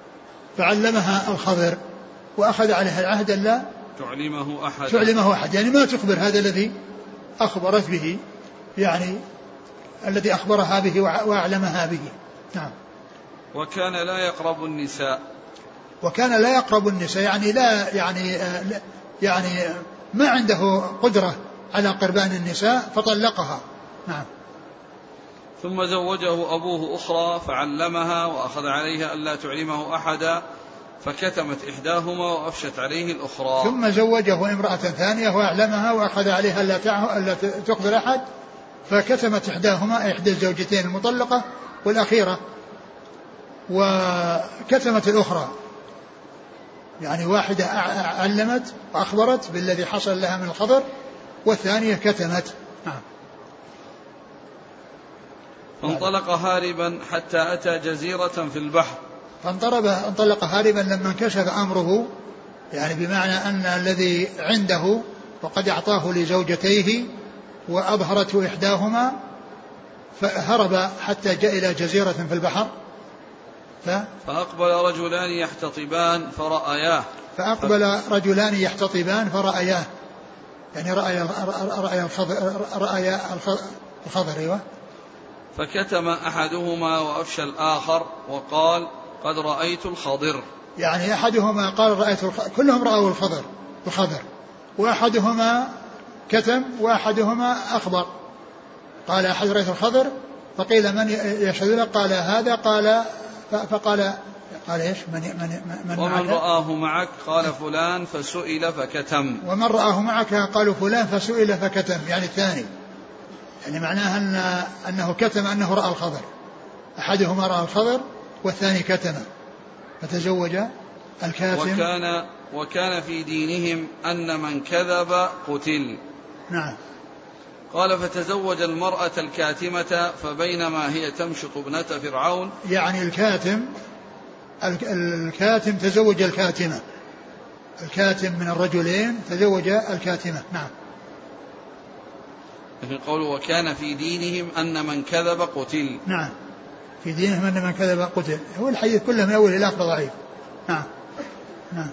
B: فعلمها الخضر وأخذ عليها العهد لا
A: تعلمه أحد
B: تعلمه أحد يعني ما تخبر هذا الذي أخبرت به، يعني الذي أخبرها به وأعلمها به. نعم.
A: وكان لا يقرب النساء.
B: وكان لا يقرب النساء يعني لا يعني يعني ما عنده قدرة على قربان النساء فطلقها. نعم.
A: ثم زوجه أبوه أخرى فعلمها وأخذ عليها ألا تعلمه أحدا فكتمت إحداهما وأفشت عليه الأخرى.
B: ثم زوجه امرأة ثانية وأعلمها وأخذ عليها ألا تخبر أحد فكتمت إحداهما، إحدى الزوجتين المطلقة والأخيرة، وكتمت الأخرى، يعني واحدة علمت وأخبرت بالذي حصل لها من الخبر، والثانية كتمت. نعم.
A: فانطلق هاربا حتى أتى جزيرة في البحر.
B: فانطلق انطلق هاربا لما انكشف أمره، يعني بمعنى أن الذي عنده وقد أعطاه لزوجتيه وأظهرته إحداهما، فهرب حتى جاء إلى جزيرة في البحر. ف...
A: فأقبل رجلان يحتطبان فرأياه.
B: فأقبل رجلان يحتطبان فرأياه، يعني رأي رأي الخضر رأي الخضر أيوه.
A: فكتم أحدهما وأفشى الآخر وقال قد رأيت الخضر.
B: يعني أحدهما قال رأيت الخضر، كلهم رأوا الخضر الخضر، وأحدهما كتم وأحدهما أخبر. قال أحد رأيت الخضر، فقيل من يشهد له؟ قال هذا. قال فقال قال إيش؟ من من من
A: ومن
B: معك؟
A: رآه معك؟ قال فلان، فسئل فكتم.
B: ومن رآه معك؟ قالوا فلان فسئل فكتم، يعني الثاني، يعني معناها أن أنه كتم أنه رأى الخضر، أحدهما رأى الخضر والثاني كتم، فتزوج الكاتم.
A: وكان وكان في دينهم أن من كذب قتل.
B: نعم.
A: قال فتزوج المرأة الكاتمة فبينما هي تمشط ابنة فرعون.
B: يعني الكاتم الكاتم تزوج الكاتمة، الكاتم من الرجلين تزوج الكاتمة. نعم.
A: في قوله وكان في دينهم أن من كذب قتل.
B: نعم، في دينهم أن من كذب قتل. هو الحديث كله من أول إلى آخر ضعيف. نعم. نعم.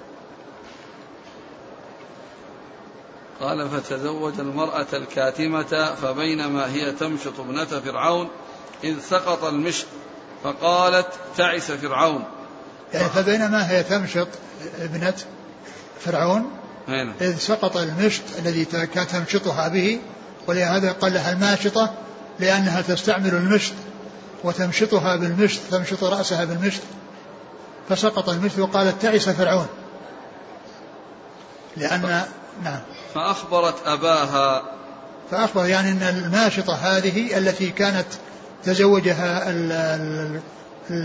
A: قال فتزوج المرأة الكاتمة فبينما هي تمشط ابنة فرعون إذ سقط المشط فقالت تعس فرعون.
B: يعني فبينما هي تمشط ابنة فرعون
A: هنا.
B: إذ سقط المشط الذي كانت تمشطها به، ولهذا قال لها الماشطة لأنها تستعمل المشط وتمشطها بالمشط، تمشط رأسها بالمشط، فسقط المشط وقالت تعس فرعون لأن نعم.
A: فأخبرت أباها،
B: فأخبر يعني أن الماشطة هذه التي كانت تزوجها ال ال ال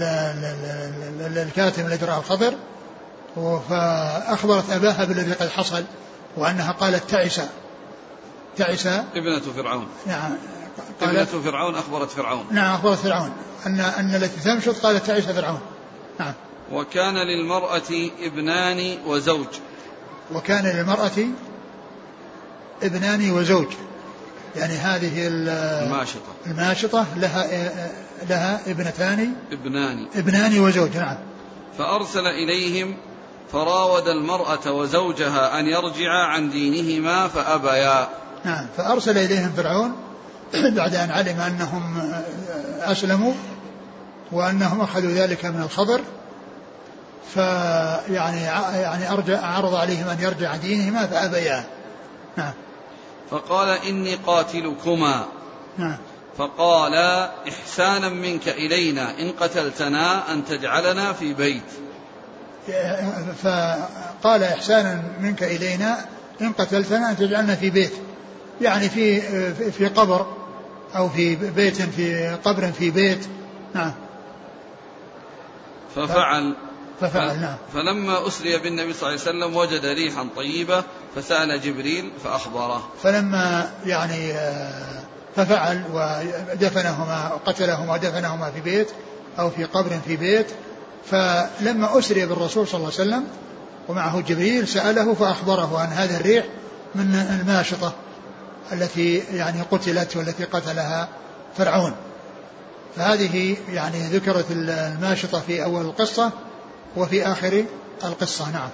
B: ال الكاتم الذي رأى الخضر، فأخبرت أباها بالذي قد حصل وأنها قالت تعس تعس
A: ابنة فرعون.
B: نعم
A: ابنة فرعون أخبرت فرعون.
B: نعم أخبرت فرعون أن أن التي تمشط قالت تعس فرعون. نعم.
A: وكان للمرأة ابنان وزوج.
B: وكان للمرأة ابنان وزوج، يعني هذه
A: الماشطة
B: الماشطة لها لها ابنتان
A: ابنان
B: ابنان وزوج. نعم.
A: فأرسل إليهم فراود المرأة وزوجها أن يرجعا عن دينهما فأبيا.
B: نعم. فأرسل إليهم فرعون بعد أن علم أنهم أسلموا وأنهم أخذوا ذلك من الخبر، فيعني يعني أرجع عرض عليهم أن يرجع عن دينهما فأبيا. نعم.
A: فقال إني قاتلكما.
B: نعم.
A: فقال إحسانا منك إلينا إن قتلتنا أن تجعلنا في بيت.
B: فقال إحسانا منك إلينا إن قتلتنا أن تجعلنا في بيت، يعني في في قبر أو في بيت في قبر في بيت. نعم.
A: ففعل
B: ففعل. نعم.
A: فلما أسري بالنبي صلى الله عليه وسلم وجد ريحا طيبة فسأل جبريل فأخبره.
B: فلما يعني ففعل ودفنهما وقتلهما ودفنهما في بيت أو في قبر في بيت. فلما أسري بالرسول صلى الله عليه وسلم ومعه جبريل سأله فأخبره عن هذا الريح من الماشطة التي يعني قتلت والتي قتلها فرعون. فهذه يعني ذكرت الماشطة في أول القصة وفي آخر القصة. نعم.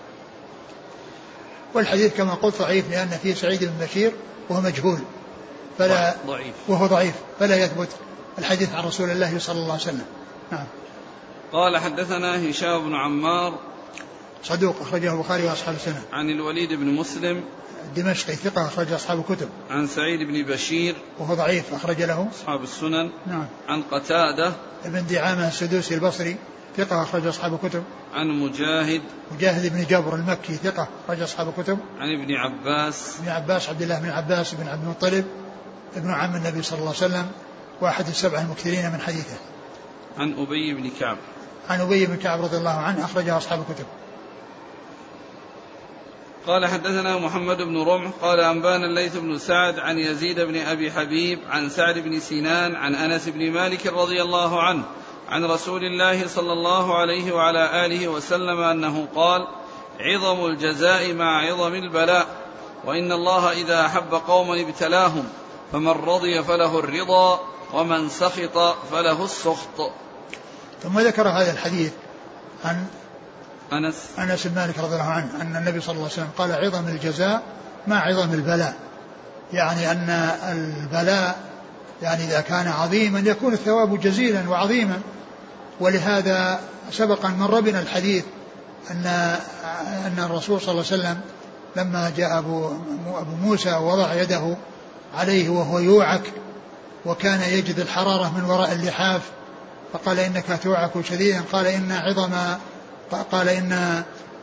B: والحديث كما قلت ضعيف لأن فيه سعيد بن بشير وهو مجهول فلا
A: ضعيف
B: وهو ضعيف فلا يثبت الحديث عن رسول الله صلى الله عليه وسلم. نعم.
A: قال حدثنا هشام بن عمار
B: صدوق أخرجه البخاري وأصحاب السنة.
A: عن الوليد بن مسلم
B: دمشقي ثقة أخرج أصحاب الكتب.
A: عن سعيد بن بشير
B: وهو ضعيف أخرج له
A: أصحاب السنن.
B: نعم.
A: عن قتادة
B: ابن دعامة السدوسي البصري ثقة أخرج أصحاب الكتب.
A: عن مجاهد
B: مجاهد بن جبر المكي ثقة أخرج أصحاب الكتب.
A: عن ابن عباس
B: ابن عباس عبد الله بن عباس بن عبد المطلب ابن عم النبي صلى الله عليه وسلم واحد السبع المكثرين من حديثه.
A: عن أبي بن كعب
B: عن أبي بن كعب رضي الله عنه أخرجه أصحاب الكتب.
A: قال حدثنا محمد بن رمح قال أنبانا الليث بن سعد عن يزيد بن أبي حبيب عن سعد بن سنان عن أنس بن مالك رضي الله عنه عن رسول الله صلى الله عليه وعلى آله وسلم أنه قال عظم الجزاء مع عظم البلاء، وإن الله إذا أحب قوما ابتلاهم فمن رضي فله الرضا ومن سخط فله السخط.
B: ثم ذكر هذا الحديث عن
A: أنس
B: أنس بن مالك رضي الله عنه أن النبي صلى الله عليه وسلم قال عظم الجزاء مع عظم البلاء، يعني أن البلاء يعني إذا كان عظيما يكون الثواب جزيلا وعظيما. ولهذا سبق أن مر بنا الحديث أن أن الرسول صلى الله عليه وسلم لما جاء أبو, أبو موسى ووضع يده عليه وهو يوعك وكان يجد الحرارة من وراء اللحاف فقال إنك توعك شديدا، قال إن عظم قال إن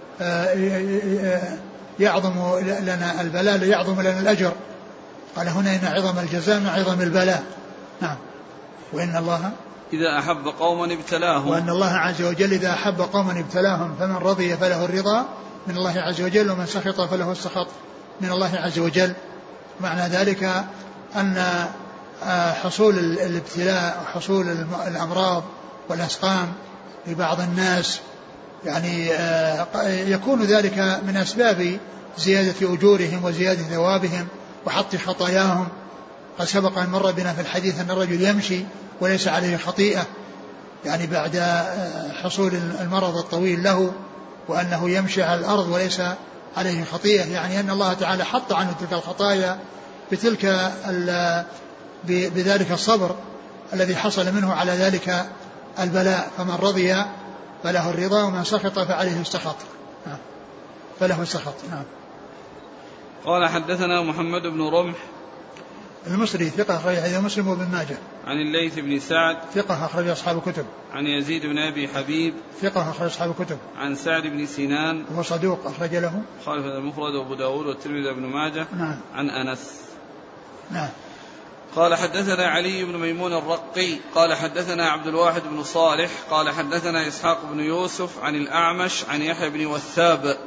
B: يعظم لنا البلاء يعظم لنا الأجر، قال هنا إن عظم الجزاء مع عظم البلاء. نعم. وإن الله
A: إذا أحب قوما ابتلاهم
B: وأن الله عز وجل إذا أحب قوما ابتلاهم فمن رضي فله الرضا من الله عز وجل ومن سخط فله السخط من الله عز وجل. معنى ذلك أن حصول الابتلاء وحصول الأمراض والأسقام لبعض الناس يعني يكون ذلك من أسباب زيادة أجورهم وزيادة ثوابهم وحط خطاياهم. قد سبق أن مر بنا في الحديث أن الرجل يمشي وليس عليه خطيئة، يعني بعد حصول المرض الطويل له وأنه يمشي على الأرض وليس عليه خطيئة، يعني أن الله تعالى حط عنه تلك الخطايا بتلك بذلك الصبر الذي حصل منه على ذلك البلاء. فمن رضي فله الرضا ومن سخط فعليه السخط فله السخط. نعم.
A: قال حدثنا محمد بن رمح
B: المصري ثقة أخرج حديث مسلم وابن ماجه.
A: عن الليث بن سعد
B: ثقة أخرج أصحاب الكتب.
A: عن يزيد بن أبي حبيب
B: ثقة أخرج أصحاب الكتب.
A: عن سعد بن سنان
B: وهو صدوق أخرج له
A: خالف المفرد وأبو داود والترمذي وابن ماجه.
B: نعم.
A: عن أنس.
B: نعم.
A: قال حدثنا علي بن ميمون الرقي قال حدثنا عبد الواحد بن صالح قال حدثنا إسحاق بن يوسف عن الأعمش عن يحيى بن وثاب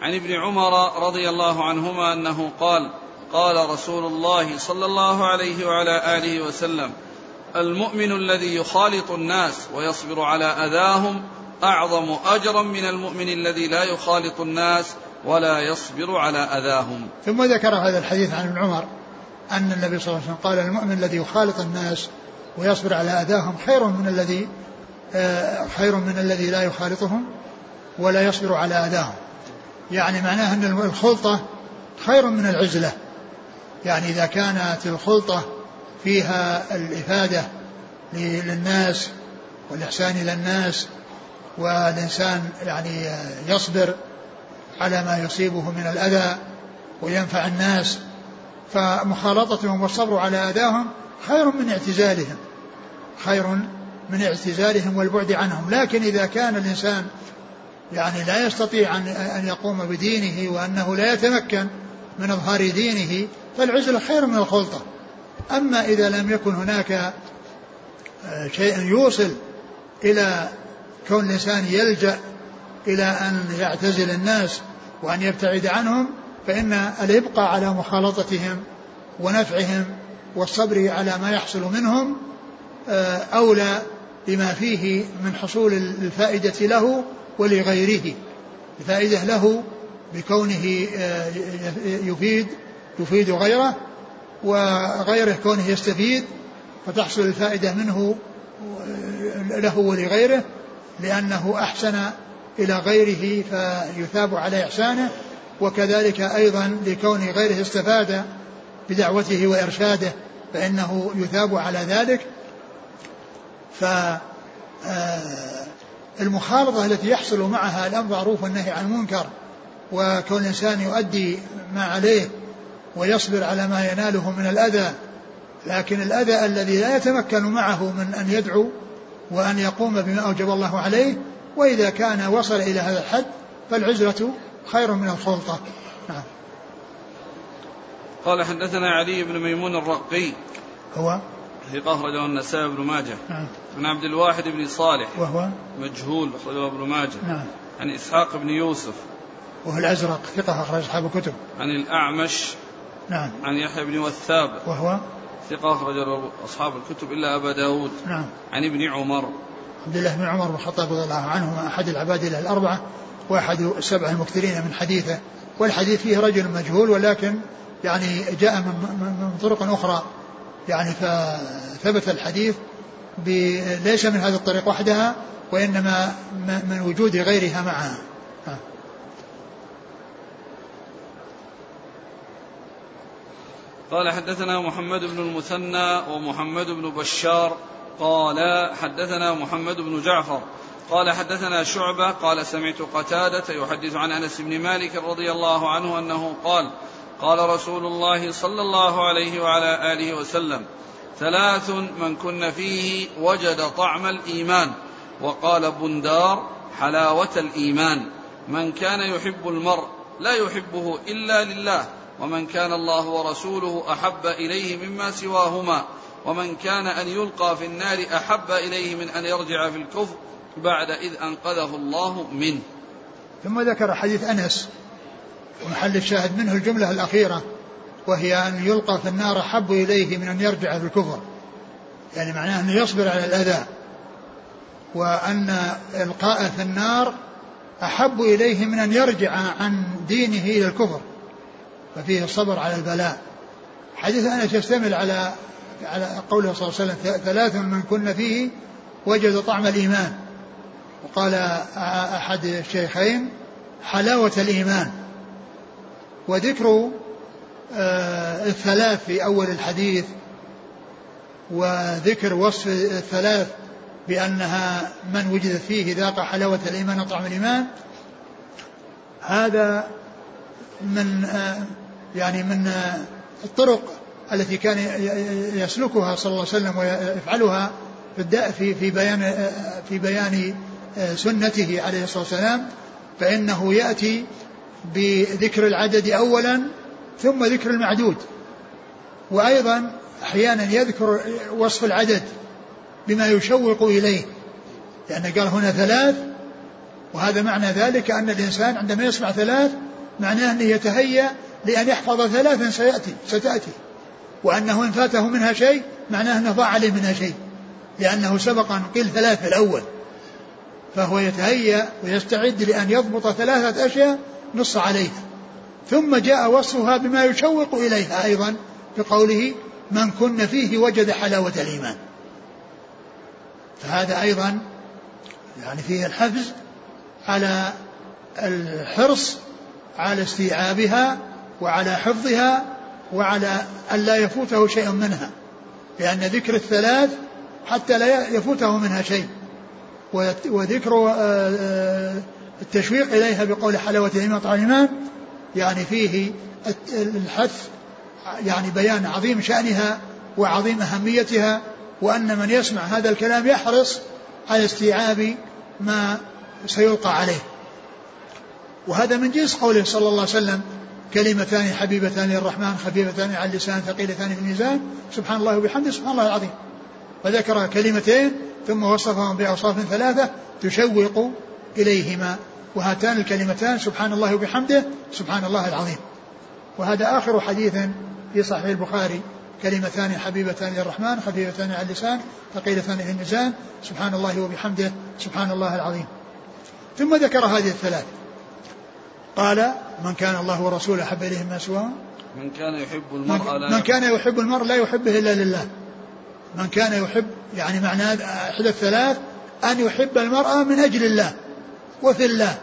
A: عن ابن عمر رضي الله عنهما أنه قال قال رسول الله صلى الله عليه وعلى آله وسلم المؤمن الذي يخالط الناس ويصبر على أذاهم أعظم أجرا من المؤمن الذي لا يخالط الناس ولا يصبر على أذاهم.
B: ثم ذكر هذا الحديث عن ابن عمر أن النبي صلى الله عليه وسلم قال المؤمن الذي يخالط الناس ويصبر على أذاهم خير من الذي خير من الذي لا يخالطهم ولا يصبر على أذاهم. يعني معناه أن الخلطة خير من العزلة. يعني إذا كانت الخلطة فيها الإفادة للناس والإحسان إلى الناس والإنسان يعني يصبر على ما يصيبه من الأذى وينفع الناس، فمخالطتهم والصبر على أذاهم خير من اعتزالهم خير من اعتزالهم والبعد عنهم. لكن إذا كان الإنسان يعني لا يستطيع أن يقوم بدينه وأنه لا يتمكن من إظهار دينه فالعزلة خير من الخلطة. أما إذا لم يكن هناك شيء يوصل إلى كون الإنسان يلجأ إلى أن يعتزل الناس وأن يبتعد عنهم فإن الإبقاء على مخالطتهم ونفعهم والصبر على ما يحصل منهم أولى بما فيه من حصول الفائدة له ولغيره. الفائدة له بكونه يفيد يفيد غيره وغيره كونه يستفيد فتحصل الفائدة منه له ولغيره لأنه أحسن إلى غيره فيثاب على إحسانه، وكذلك أيضا لكون غيره استفاد بدعوته وإرشاده فإنه يثاب على ذلك. فالمخالطة التي يحصل معها الأمر معروف والنهي عن المنكر وكون الإنسان يؤدي ما عليه ويصبر على ما يناله من الأذى، لكن الأذى الذي لا يتمكن معه من أن يدعو وأن يقوم بما أوجب الله عليه، وإذا كان وصل إلى هذا الحد فالعزلة خير من الخلطة. نعم.
A: قال حدثنا علي بن ميمون الرقي
B: هو
A: ثقة أخرجه النسائي بن ماجه.
B: نعم.
A: عن عبد الواحد بن صالح
B: وهو
A: مجهول أخرجه ابن ماجه.
B: نعم.
A: عن إسحاق بن يوسف
B: وهو الأزرق ثقة أخرج أصحاب الكتب.
A: عن الأعمش.
B: نعم.
A: عن يحيى بن وثاب
B: وهو
A: ثقة أخرج أصحاب الكتب إلا أبا داود.
B: نعم.
A: عن ابن عمر
B: عبد الله بن عمر بن الخطاب رضي الله عنهما أحد العباد الأربعة وأحد السبع المكثرين من حديثه، والحديث فيه رجل مجهول ولكن يعني جاء من, من طرق أخرى يعني فثبت الحديث ليس من هذا الطريق وحدها وإنما من وجود غيرها معها.
A: قال حدثنا محمد بن المثنى ومحمد بن بشار قال حدثنا محمد بن جعفر قال حدثنا شعبة قال سمعت قتادة يحدث عن أنس بن مالك رضي الله عنه أنه قال قال رسول الله صلى الله عليه وعلى آله وسلم ثلاث من كن فيه وجد طعم الإيمان. وقال بندار حلاوة الإيمان من كان يحب المرء لا يحبه إلا لله ومن كان الله ورسوله أحب إليه مما سواهما ومن كان أن يلقى في النار أحب إليه من أن يرجع في الكفر بعد إذ أنقذه الله منه.
B: ثم ذكر حديث أنس ومحل الشاهد منه الجملة الأخيرة وهي أن يلقى في النار أحب إليه من أن يرجع في الكفر، يعني معناه أن يصبر على الأذى، وأن إلقاء في النار أحب إليه من أن يرجع عن دينه إلى الكفر، ففيه الصبر على البلاء. حديث أنس يشتمل على على قوله صلى الله عليه وسلم ثلاث من كن فيه وجد طعم الإيمان، وقال أحد الشيخين حلاوة الإيمان. وذكر الثلاث في أول الحديث وذكر وصف الثلاث بأنها من وجدت فيه ذاق حلاوة الإيمان وطعم الإيمان، هذا من يعني من الطرق التي كان يسلكها صلى الله عليه وسلم ويفعلها في في بيان في بيان سنته عليه الصلاة والسلام، فإنه يأتي بذكر العدد أولا ثم ذكر المعدود، وأيضا أحيانا يذكر وصف العدد بما يشوق إليه، لأن قال هنا ثلاث، وهذا معنى ذلك أن الإنسان عندما يسمع ثلاث معناه أنه يتهيأ لأن يحفظ ثلاثا سيأتي ستأتي، وأنه إن فاته منها شيء معناه أنه ضاع عليه منها شيء، لأنه سبق أن قيل ثلاث في الأول، فهو يتهيأ ويستعد لأن يضبط ثلاثة أشياء نص عليها. ثم جاء وصفها بما يشوق إليها أيضا بقوله من كن فيه وجد حلاوة الإيمان. فهذا أيضا يعني فيه الحفز على الحرص على استيعابها وعلى حفظها وعلى أن لا يفوته شيء منها، لأن ذكر الثلاث حتى لا يفوته منها شيء، وذكر التشويق إليها بقول حلاوة الإيمان طعم الإيمان يعني فيه الحث، يعني بيان عظيم شأنها وعظيم أهميتها، وأن من يسمع هذا الكلام يحرص على استيعاب ما سيلقى عليه. وهذا من جنس قوله صلى الله عليه وسلم كلمتان حبيبتان للرحمن خفيفتان على اللسان ثقيلتان في الميزان سبحان الله وبحمده سبحان الله العظيم، وذكر كلمتين ثم وصفهم بأوصاف ثلاثة تشوق إليهما، وهاتان الكلمتان سبحان الله وبحمده سبحان الله العظيم. وهذا آخر حديث في صحيح البخاري كلمتان حبيبتان للرحمن خفيفتان على اللسان ثقيلتان في الميزان سبحان الله وبحمده سبحان الله العظيم. ثم ذكر هذه الثلاث قال من كان الله ورسوله أحب إليه ما سواه
A: من كان يحب المرء لا
B: من كان يحب المرء لا يحبه إلا لله. من كان يحب يعني معناه أحد الثلاث أن يحب المرء من أجل الله وفي الله.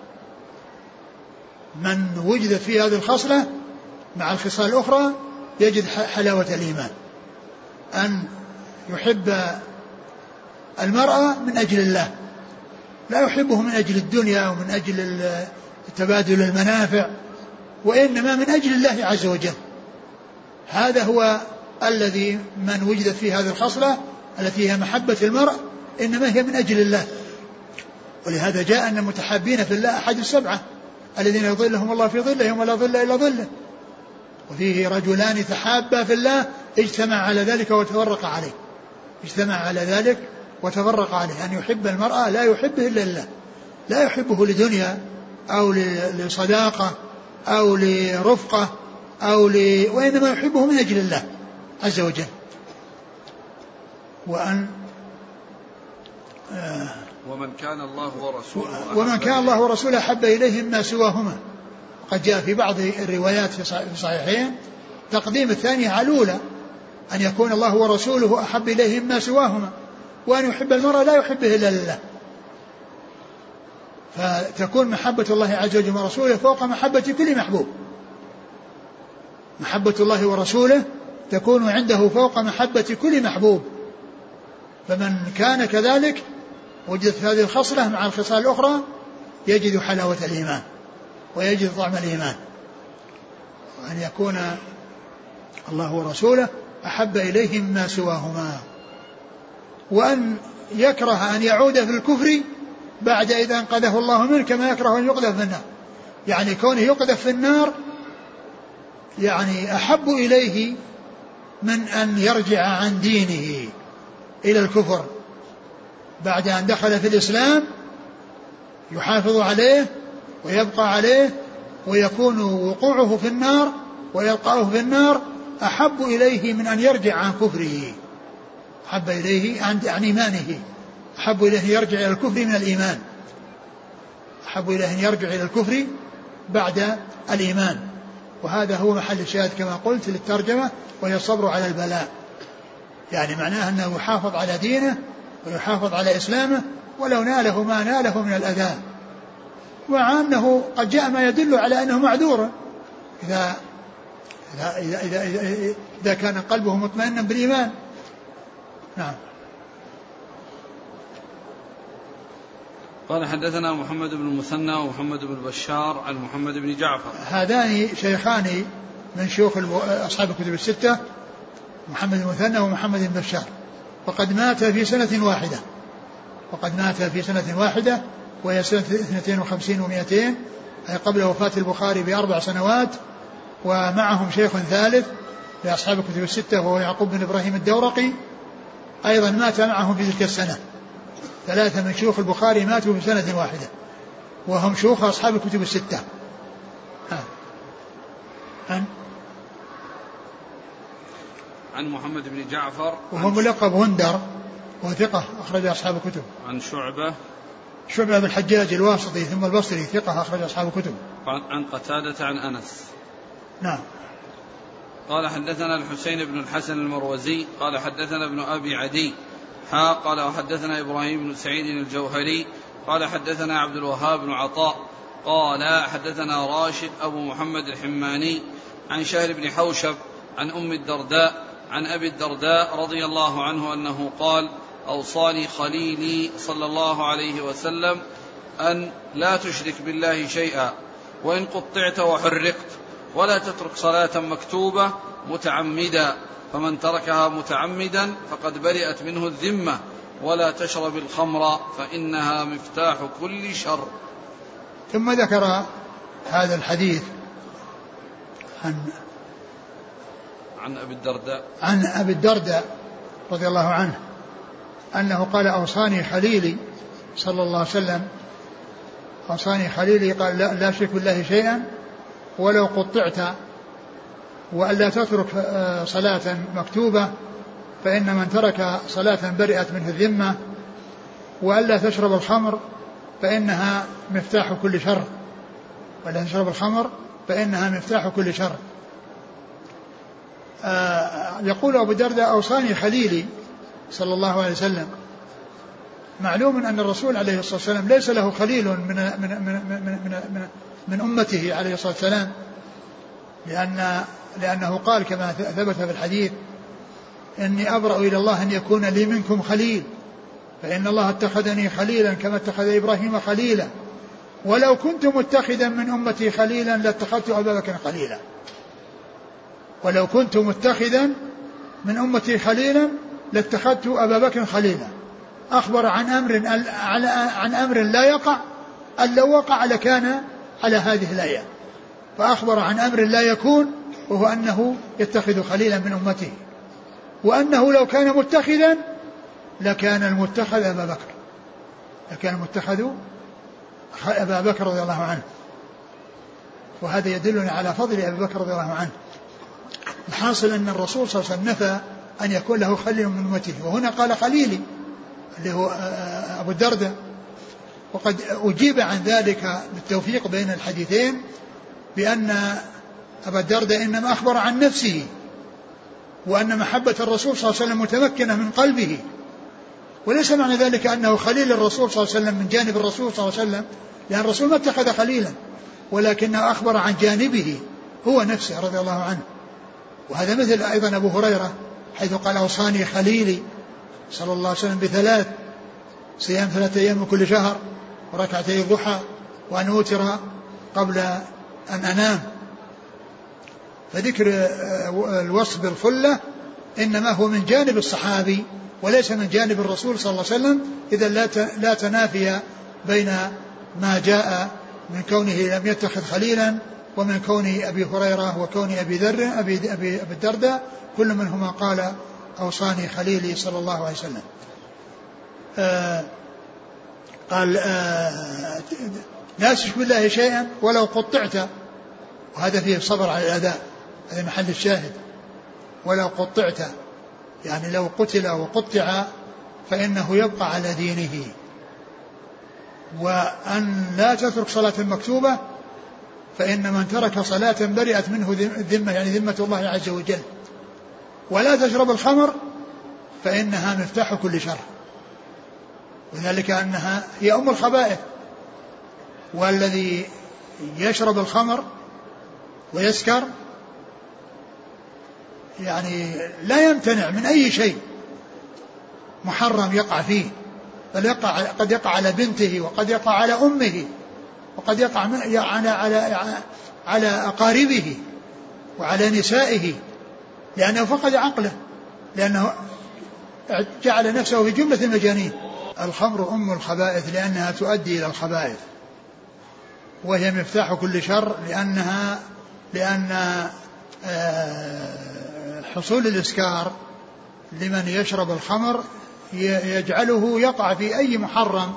B: من وجدت في هذه الخصلة مع الخصال الأخرى يجد حلاوة الإيمان، أن يحب المرء من أجل الله، لا يحبه من أجل الدنيا ومن أجل تبادل المنافع، وإنما من أجل الله عز وجل. هذا هو الذي من وجدت في هذه الخصلة التي هي محبة المرء إنما هي من أجل الله. ولهذا جاء أن المتحابين في الله أحد السبعة الذين يظلهم الله في ظله يوم لا ظل إلا ظله، وفيه رجلان تحابا في الله اجتمع على ذلك وتفرق عليه اجتمع على ذلك وتفرق عليه. أن يحب المرأة لا يحبه إلا الله، لا يحبه لدنيا أو لصداقة أو لرفقة أو ل... وإنما يحبه من أجل الله عز وجل. وأن
A: آه ومن كان الله ورسوله
B: ومن كان الله ورسوله أحب إليهم ما سواهما. قد جاء في بعض الروايات في الصحيحين تقديم الثانية على الأولى، أن يكون الله ورسوله أحب إليهم ما سواهما، وأن يحب المرء لا يحبه إلا لله. فتكون محبة الله عز وجل ورسوله فوق محبة كل محبوب. محبة الله ورسوله تكون عنده فوق محبة كل محبوب. فمن كان كذلك وجدت هذه الخصلة مع الخصال الأخرى يجد حلاوة الإيمان ويجد طعم الإيمان، وأن يكون الله ورسوله أحب إليهم ما سواهما، وأن يكره أن يعود في الكفر بعد إذا أنقذه الله منه كما يكره أن يقذف في النار. يعني كونه يقذف في النار يعني أحب إليه من أن يرجع عن دينه إلى الكفر بعد أن دخل في الإسلام، يحافظ عليه ويبقى عليه ويكون وقوعه في النار ويلقاه في النار أحب إليه من أن يرجع عن كفره، أحب إليه عن, عن إيمانه، أحب إليه يرجع إلى الكفر من الإيمان، أحب إليه أن يرجع إلى الكفر بعد الإيمان. وهذا هو محل الشاهد كما قلت للترجمة، وهي الصبر على البلاء، يعني معناه أنه يحافظ على دينه ويحافظ على إسلامه ولو ناله ما ناله من الأذى، مع أنه قد جاء ما يدل على أنه معذور إذا, إذا, إذا, إذا, إذا, إذا كان قلبه مطمئنا بالإيمان. نعم.
A: قال حدثنا محمد بن المثنى ومحمد بن بشار عن محمد بن جعفر.
B: هذان شيخان من شيوخ أصحاب الكتب الستة، محمد بن المثنى ومحمد بن بشار، وقد مات في سنة واحدة وقد مات في سنة واحدة وهي سنة اثنتين وخمسين ومئتين، أي قبل وفاة البخاري بأربع سنوات. ومعهم شيخ ثالث لأصحاب الكتب الستة وهو يعقوب بن إبراهيم الدورقي، أيضا مات معهم في تلك السنة. ثلاثة من شيوخ البخاري ماتوا في سنة واحدة وهم شيوخ أصحاب الكتب الستة. عن
A: عن محمد بن جعفر
B: وهو ملقب هندر وثقة أخرج أصحاب الكتب.
A: عن شعبة
B: شعبة بن الحجاج الواسطي ثم البصري ثقة أخرج أصحاب الكتب.
A: عن قتادة عن أنس.
B: نعم.
A: قال حدثنا الحسين بن الحسن المروزي قال حدثنا ابن أبي عدي حا قال وحدثنا إبراهيم بن سعيد الجوهري قال حدثنا عبد الوهاب بن عطاء قال حدثنا راشد أبو محمد الحماني عن شهر بن حوشب عن أم الدرداء عن أبي الدرداء رضي الله عنه أنه قال أوصاني خليلي صلى الله عليه وسلم أن لا تشرك بالله شيئا وإن قطعت وحرقت ولا تترك صلاة مكتوبة متعمدا فمن تركها متعمدا فقد برئت منه الذمة ولا تشرب الخمر فإنها مفتاح كل شر.
B: ثم ذكر هذا الحديث عن
A: عن أبي الدرداء
B: عن أبي الدرداء رضي الله عنه أنه قال أوصاني خليلي صلى الله عليه وسلم أوصاني خليلي قال لا, لا أشرك بالله شيئا ولو قطعت وألا تترك صلاة مكتوبة فإن من ترك صلاة برئت منه الذمة وألا تشرب الخمر فإنها مفتاح كل شر وألا تشرب الخمر فإنها مفتاح كل شر. آه يقول أبو الدرداء أوصاني خليلي صلى الله عليه وسلم. معلوم أن الرسول عليه الصلاة والسلام ليس له خليل من من من من من, من, من أمته عليه الصلاة والسلام لأن لأنه قال كما ثبت في الحديث إني أبرأ إلى الله أن يكون لي منكم خليل فإن الله اتخذني خليلا كما اتخذ إبراهيم خليلا ولو كنت متخذا من أمتي خليلا لاتخذت أبا بكر خليلا ولو كنت متخذا من أمتي خليلا لاتخذت أبا بكر خليلا. أخبر عن أمر عن أمر لا يقع أن لو وقع لكان على هذه الآية فأخبر عن أمر لا يكون وهو أنه يتخذ خليلا من أمته وأنه لو كان متخذا لكان المتخذ أبا بكر لكان المتخذ أبا بكر رضي الله عنه. وهذا يدلنا على فضل أبي بكر رضي الله عنه. الحاصل أن الرسول صلى الله عليه وسلم نفى أن يكون له خليل من أمته وهنا قال خليلي اللي هو أبو الدرداء وقد أجيب عن ذلك بالتوفيق بين الحديثين بأن أبا الدرداء إنما أخبر عن نفسه وأن محبة الرسول صلى الله عليه وسلم متمكنة من قلبه وليس معنى ذلك أنه خليل الرسول صلى الله عليه وسلم من جانب الرسول صلى الله عليه وسلم لأن الرسول ما اتخذ خليلا ولكنه أخبر عن جانبه هو نفسه رضي الله عنه. وهذا مثل أيضا أبو هريرة حيث قال أوصاني خليلي صلى الله عليه وسلم بثلاث صيام ثلاثة أيام من كل شهر وركعتي الضحى وأن أوتر قبل أن أنام. فذكر الوصف بالخلة إنما هو من جانب الصحابي وليس من جانب الرسول صلى الله عليه وسلم إذا لا تنافي بين ما جاء من كونه لم يتخذ خليلا ومن كون أبي هريرة وكون أبي ذر أبي, أبي, أبي الدرداء كل منهما قال أوصاني خليلي صلى الله عليه وسلم. آه قال آه لا تشرك بالله شيئا ولو قطعت وهذا فيه الصبر على الأداء هذا محل الشاهد ولو قطعت يعني لو قتل وقطع فإنه يبقى على دينه وأن لا تترك صلاة مكتوبة فإن من ترك صلاة برئت منه الذمة يعني ذمة الله عز وجل ولا تشرب الخمر فإنها مفتاح كل شر وذلك أنها هي أم الخبائث والذي يشرب الخمر ويسكر يعني لا يمتنع من أي شيء محرم يقع فيه بل يقع قد يقع على بنته وقد يقع على أمه وقد يقع على على على أقاربه وعلى نسائه لأنه فقد عقله لأنه جعل نفسه في جملة المجانين. الخمر أم الخبائث لأنها تؤدي إلى الخبائث وهي مفتاح كل شر لأنها لأن حصول الإسكار لمن يشرب الخمر يجعله يقع في أي محرم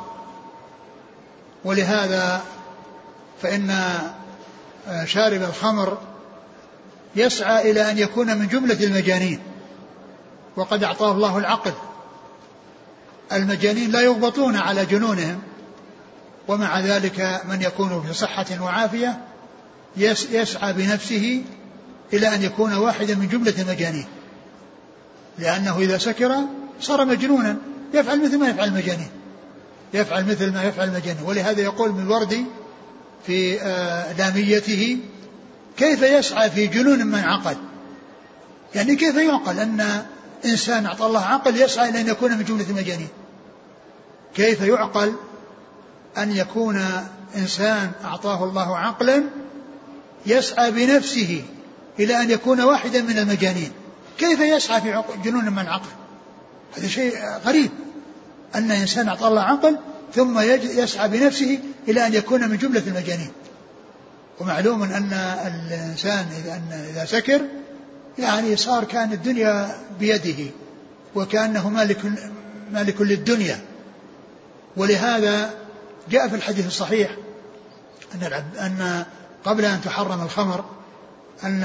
B: ولهذا فإن شارب الخمر يسعى إلى أن يكون من جملة المجانين، وقد أعطاه الله العقل. المجانين لا يغبطون على جنونهم، ومع ذلك من يكون في صحة وعافية يسعى بنفسه إلى أن يكون واحدا من جملة المجانين، لأنه إذا سكر صار مجنونا يفعل مثل ما يفعل المجانين، يفعل مثل ما يفعل المجانين. ولهذا يقول من الوردي في لاميته: كيف يسعى في جنون من عقل؟ يعني كيف يعقل أن إنسان أعطى الله عقل يسعى إلى أن يكون من جملة المجانين؟ كيف يعقل أن يكون إنسان أعطاه الله عقلا يسعى بنفسه إلى أن يكون واحدا من المجانين؟ كيف يسعى في جنون من عقل؟ هذا شيء غريب، أن إنسان أعطى الله عقل ثم يسعى بنفسه إلى أن يكون من جملة المجانين. ومعلوم أن الإنسان إذا سكر يعني صار كان الدنيا بيده وكأنه مالك, مالك للدنيا. ولهذا جاء في الحديث الصحيح أن, أن قبل أن تحرم الخمر أن,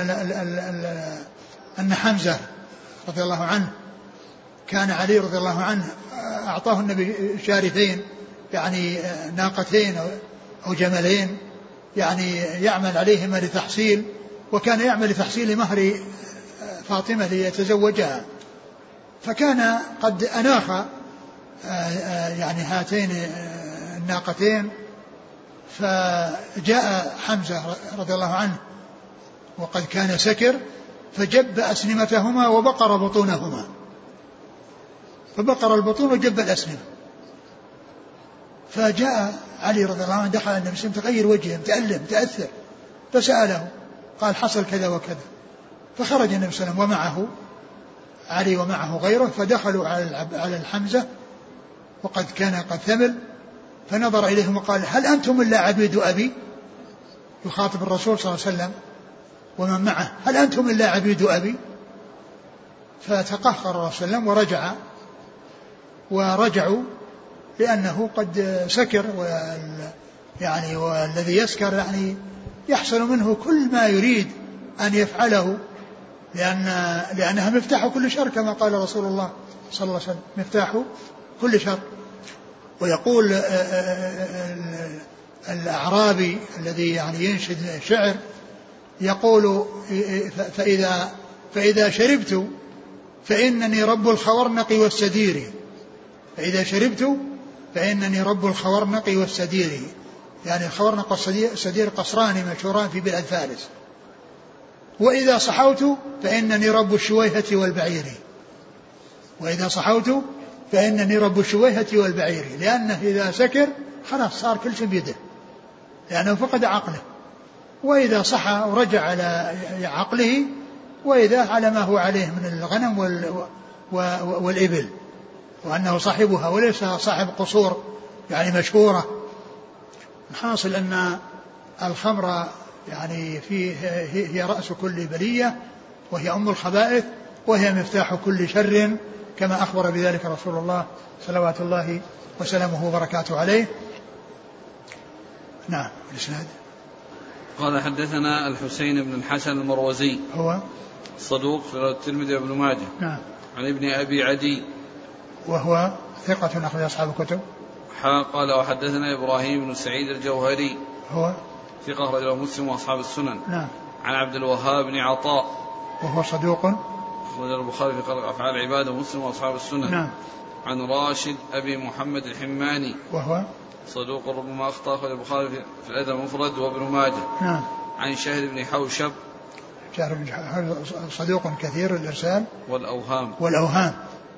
B: أن حمزة رضي الله عنه كان علي رضي الله عنه أعطاه النبي شارفين، يعني ناقتين أو جملين، يعني يعمل عليهما لتحصيل، وكان يعمل لتحصيل مهر فاطمة ليتزوجها، فكان قد أناخ يعني هاتين الناقتين. فجاء حمزة رضي الله عنه وقد كان سكر فجب أسنمتهما وبقر بطونهما، فبقر البطون وجب الأسنمة. فجاء علي رضي الله عنه دخل النبي صلى الله عليه وسلم تغير وجهه متألم تأثر، فسأله قال حصل كذا وكذا. فخرج النبي صلى الله عليه وسلم ومعه علي ومعه غيره، فدخلوا على الحمزة وقد كان قد ثمل، فنظر إليهم وقال هل أنتم إلا عبيد أبي؟ يخاطب الرسول صلى الله عليه وسلم ومن معه، هل أنتم إلا عبيد أبي؟ فتقهقر الرسول صلى الله عليه وسلم ورجع ورجعوا لأنه قد سكر، يعني والذي يسكر يعني يحصل منه كل ما يريد أن يفعله، لأن لأنها مفتاح كل شر كما قال رسول الله صلى الله عليه وسلم، مفتاح كل شر. ويقول الأعرابي الذي يعني ينشد شعر يقول فإذا, فإذا شربت فإنني رب الخورنق والسدير، فإذا شربت فإنني رب الخورنق والسدير، يعني الخورنق والسدير قصران مشهوران في بلاد فارس. وإذا صحوت فإنني رب الشويهة والبعير، وإذا صحوت فإنني رب الشويهة والبعير، لأنه إذا سكر خلاص صار كل شيء بيده لأنه فقد عقله، وإذا صحى ورجع على عقله، وإذا على ما هو عليه من الغنم والإبل، وأنه صاحبها وليس صاحب قصور يعني مشهورة. الحاصل أن الخمر يعني فيه هي رأس كل بلية، وهي أم الخبائث، وهي مفتاح كل شر كما أخبر بذلك رسول الله صلوات الله وسلامه وبركاته عليه. نعم. الإسناد
A: قال حدثنا الحسين بن الحسن المروزي
B: هو
A: صدوق في الترمذي وابن ماجه.
B: نعم.
A: عن ابن أبي عدي
B: وهو ثقة أخرج أصحاب الكتب.
A: قال وحدثنا إبراهيم بن سعيد الجوهري
B: هو
A: ثقة أخرجه مسلم وأصحاب السنن.
B: نعم.
A: عن عبد الوهاب بن عطاء
B: وهو صدوق
A: أخرج البخاري في خلق أفعال العباد ومسلم وأصحاب السنن.
B: نعم.
A: عن راشد أبي محمد الحماني
B: وهو
A: صدوق ربما أخطأ، أخرج البخاري في الأدب المفرد وابن ماجه.
B: نعم.
A: عن شهر بن حوشب
B: شهر بن حوشب صدوق كثير الإرسال
A: والأوهام
B: والأوهام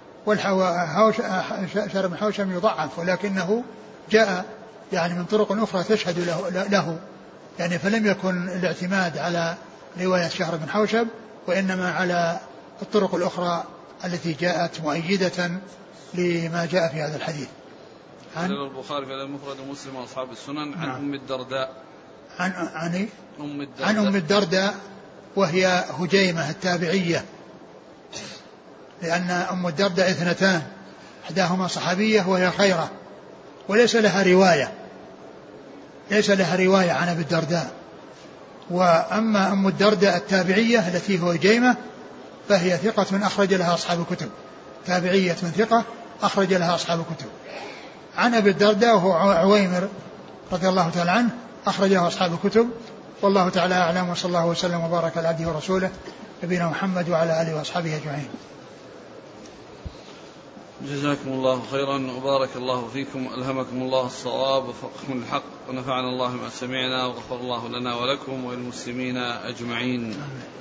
B: شهر بن حوشب يضعف، ولكنه جاء يعني من طرق أخرى تشهد له, له يعني فلم يكن الاعتماد على رواية شهر بن حوشب، وإنما على الطرق الأخرى التي جاءت مؤيدة لما جاء في هذا الحديث.
A: عن البخاري في المفرد ومسلم وأصحاب السنن. عن أم الدرداء
B: عن عن
A: أم الدرداء
B: عن أم الدرداء وهي هجيمة التابعية، لأن أم الدرداء اثنتان، إحداهما صحابية وهي خيرة، وليس لها رواية ليس لها رواية عن أبي الدرداء، وأما أم الدرداء التابعية التي هو جيمة فهي ثقة أخرج لها أصحاب الكتب، تابعية ثقة أخرج لها أصحاب الكتب. عن أبي الدرداء وهو عويمر رضي الله تعالى عنه أخرج له أصحاب الكتب. والله تعالى أعلم، وصلى الله وسلم وبارك على عبده ورسوله نبينا محمد وعلى آله وأصحابه أجمعين.
A: جزاكم الله خيرا وبارك الله فيكم، ألهمكم الله الصواب وفقكم الحق، ونفعنا الله ما سمعنا، وغفر الله لنا ولكم وللمسلمين أجمعين.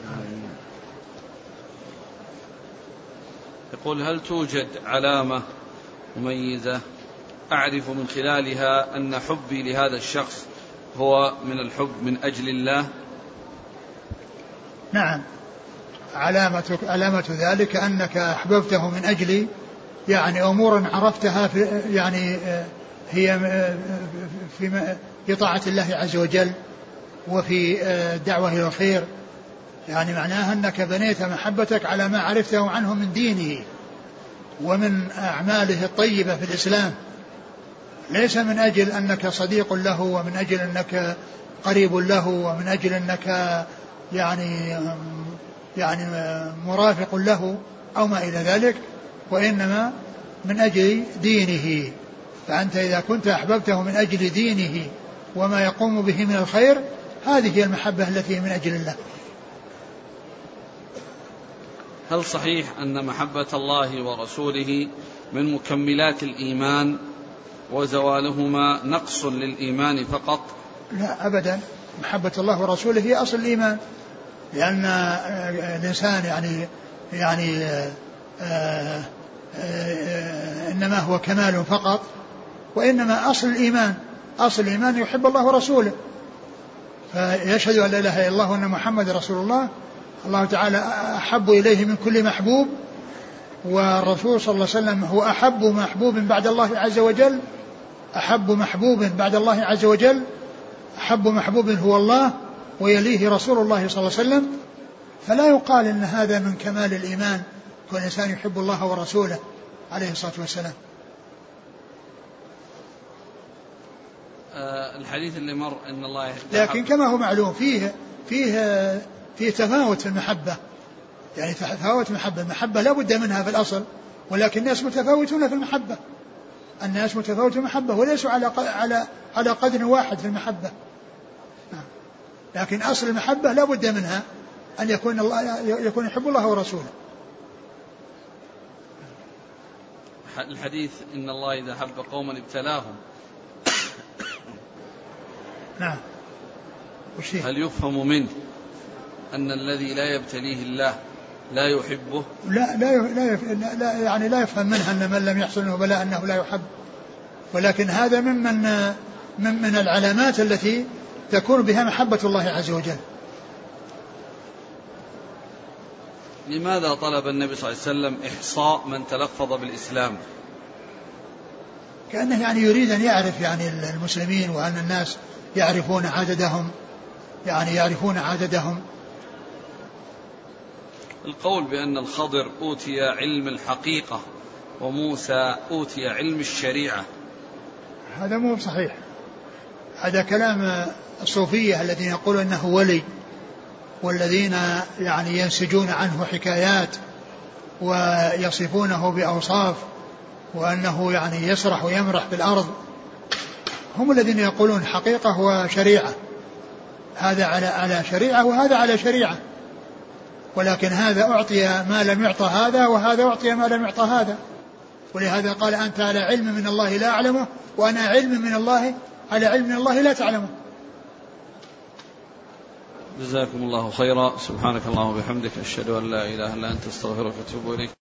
A: يقول: هل توجد علامة مميزة أعرف من خلالها أن حبي لهذا الشخص هو من الحب من أجل الله؟
B: نعم، علامة, علامة ذلك أنك أحببته من أجلي، يعني أمورا عرفتها في يعني هي في في طاعة الله عز وجل وفي دعوة إلى الخير، يعني معناها أنك بنيت محبتك على ما عرفته عنه من دينه ومن أعماله الطيبة في الإسلام، ليس من أجل أنك صديق له ومن أجل أنك قريب له ومن أجل أنك يعني يعني مرافق له أو ما إلى ذلك، وإنما من أجل دينه. فأنت إذا كنت أحببته من أجل دينه وما يقوم به من الخير، هذه هي المحبة التي من أجل الله.
A: هل صحيح أن محبة الله ورسوله من مكملات الإيمان وزوالهما نقص للإيمان فقط؟
B: لا أبدا، محبة الله ورسوله هي أصل الإيمان، لأن الإنسان يعني يعني آآ آآ إنما هو كمال فقط، وإنما أصل الإيمان أصل الإيمان يحب الله ورسوله، فيشهد أن لا إله إلا الله وأن محمد رسول الله. الله تعالى أحب إليه من كل محبوب، والرسول صلى الله عليه وسلم هو أحب محبوب بعد الله عز وجل، أحب محبوب بعد الله عز وجل، أحب محبوب هو الله ويليه رسول الله صلى الله عليه وسلم. فلا يقال إن هذا من كمال الإيمان كل إنسان يحب الله ورسوله عليه الصلاة والسلام.
A: آه الحديث اللي مر إن الله يحب،
B: لكن كما هو معلوم فيه فيه فيه تفاوت في المحبة، يعني تفاوت المحبة، المحبة لا بد منها في الأصل، ولكن الناس متفاوتون في المحبة، الناس متفاوتون في المحبة وليسوا على على على قدر واحد في المحبة، لكن أصل المحبة لا بد منها أن يكون الله يكون يحب الله ورسوله.
A: الحديث إن الله إذا حب قوما ابتلاهم،
B: نعم،
A: هل يفهم منه أن الذي لا يبتليه الله لا يحبه؟
B: لا لا لا, لا يعني لا يفهم منها أن من لم يحصله بلاء أنه لا يحب، ولكن هذا ممن من من العلامات التي تكون بها محبة الله عز وجل.
A: لماذا طلب النبي صلى الله عليه وسلم إحصاء من تلفظ بالإسلام؟
B: كأنه يعني يريد أن يعرف يعني المسلمين وأن الناس يعرفون عددهم، يعني يعرفون عددهم.
A: القول بأن الخضر أوتي علم الحقيقة وموسى أوتي علم الشريعة
B: هذا مو صحيح، هذا كلام الصوفية الذين يقولون أنه ولي، والذين يعني ينسجون عنه حكايات ويصفونه بأوصاف وأنه يعني يسرح ويمرح في الأرض، هم الذين يقولون حقيقة وشريعة، هذا على على شريعة وهذا على شريعة، ولكن هذا أعطي ما لم يعطى هذا وهذا أعطي ما لم يعطى هذا، ولهذا قال أنت على علم من الله لا أعلمه وأنا علم من الله على علم من الله لا تعلمه.
A: جزاكم الله خيرا، سبحانك اللهم وبحمدك، أشهد أن لا إله إلا أنت، أستغفرك وأتوب إليك.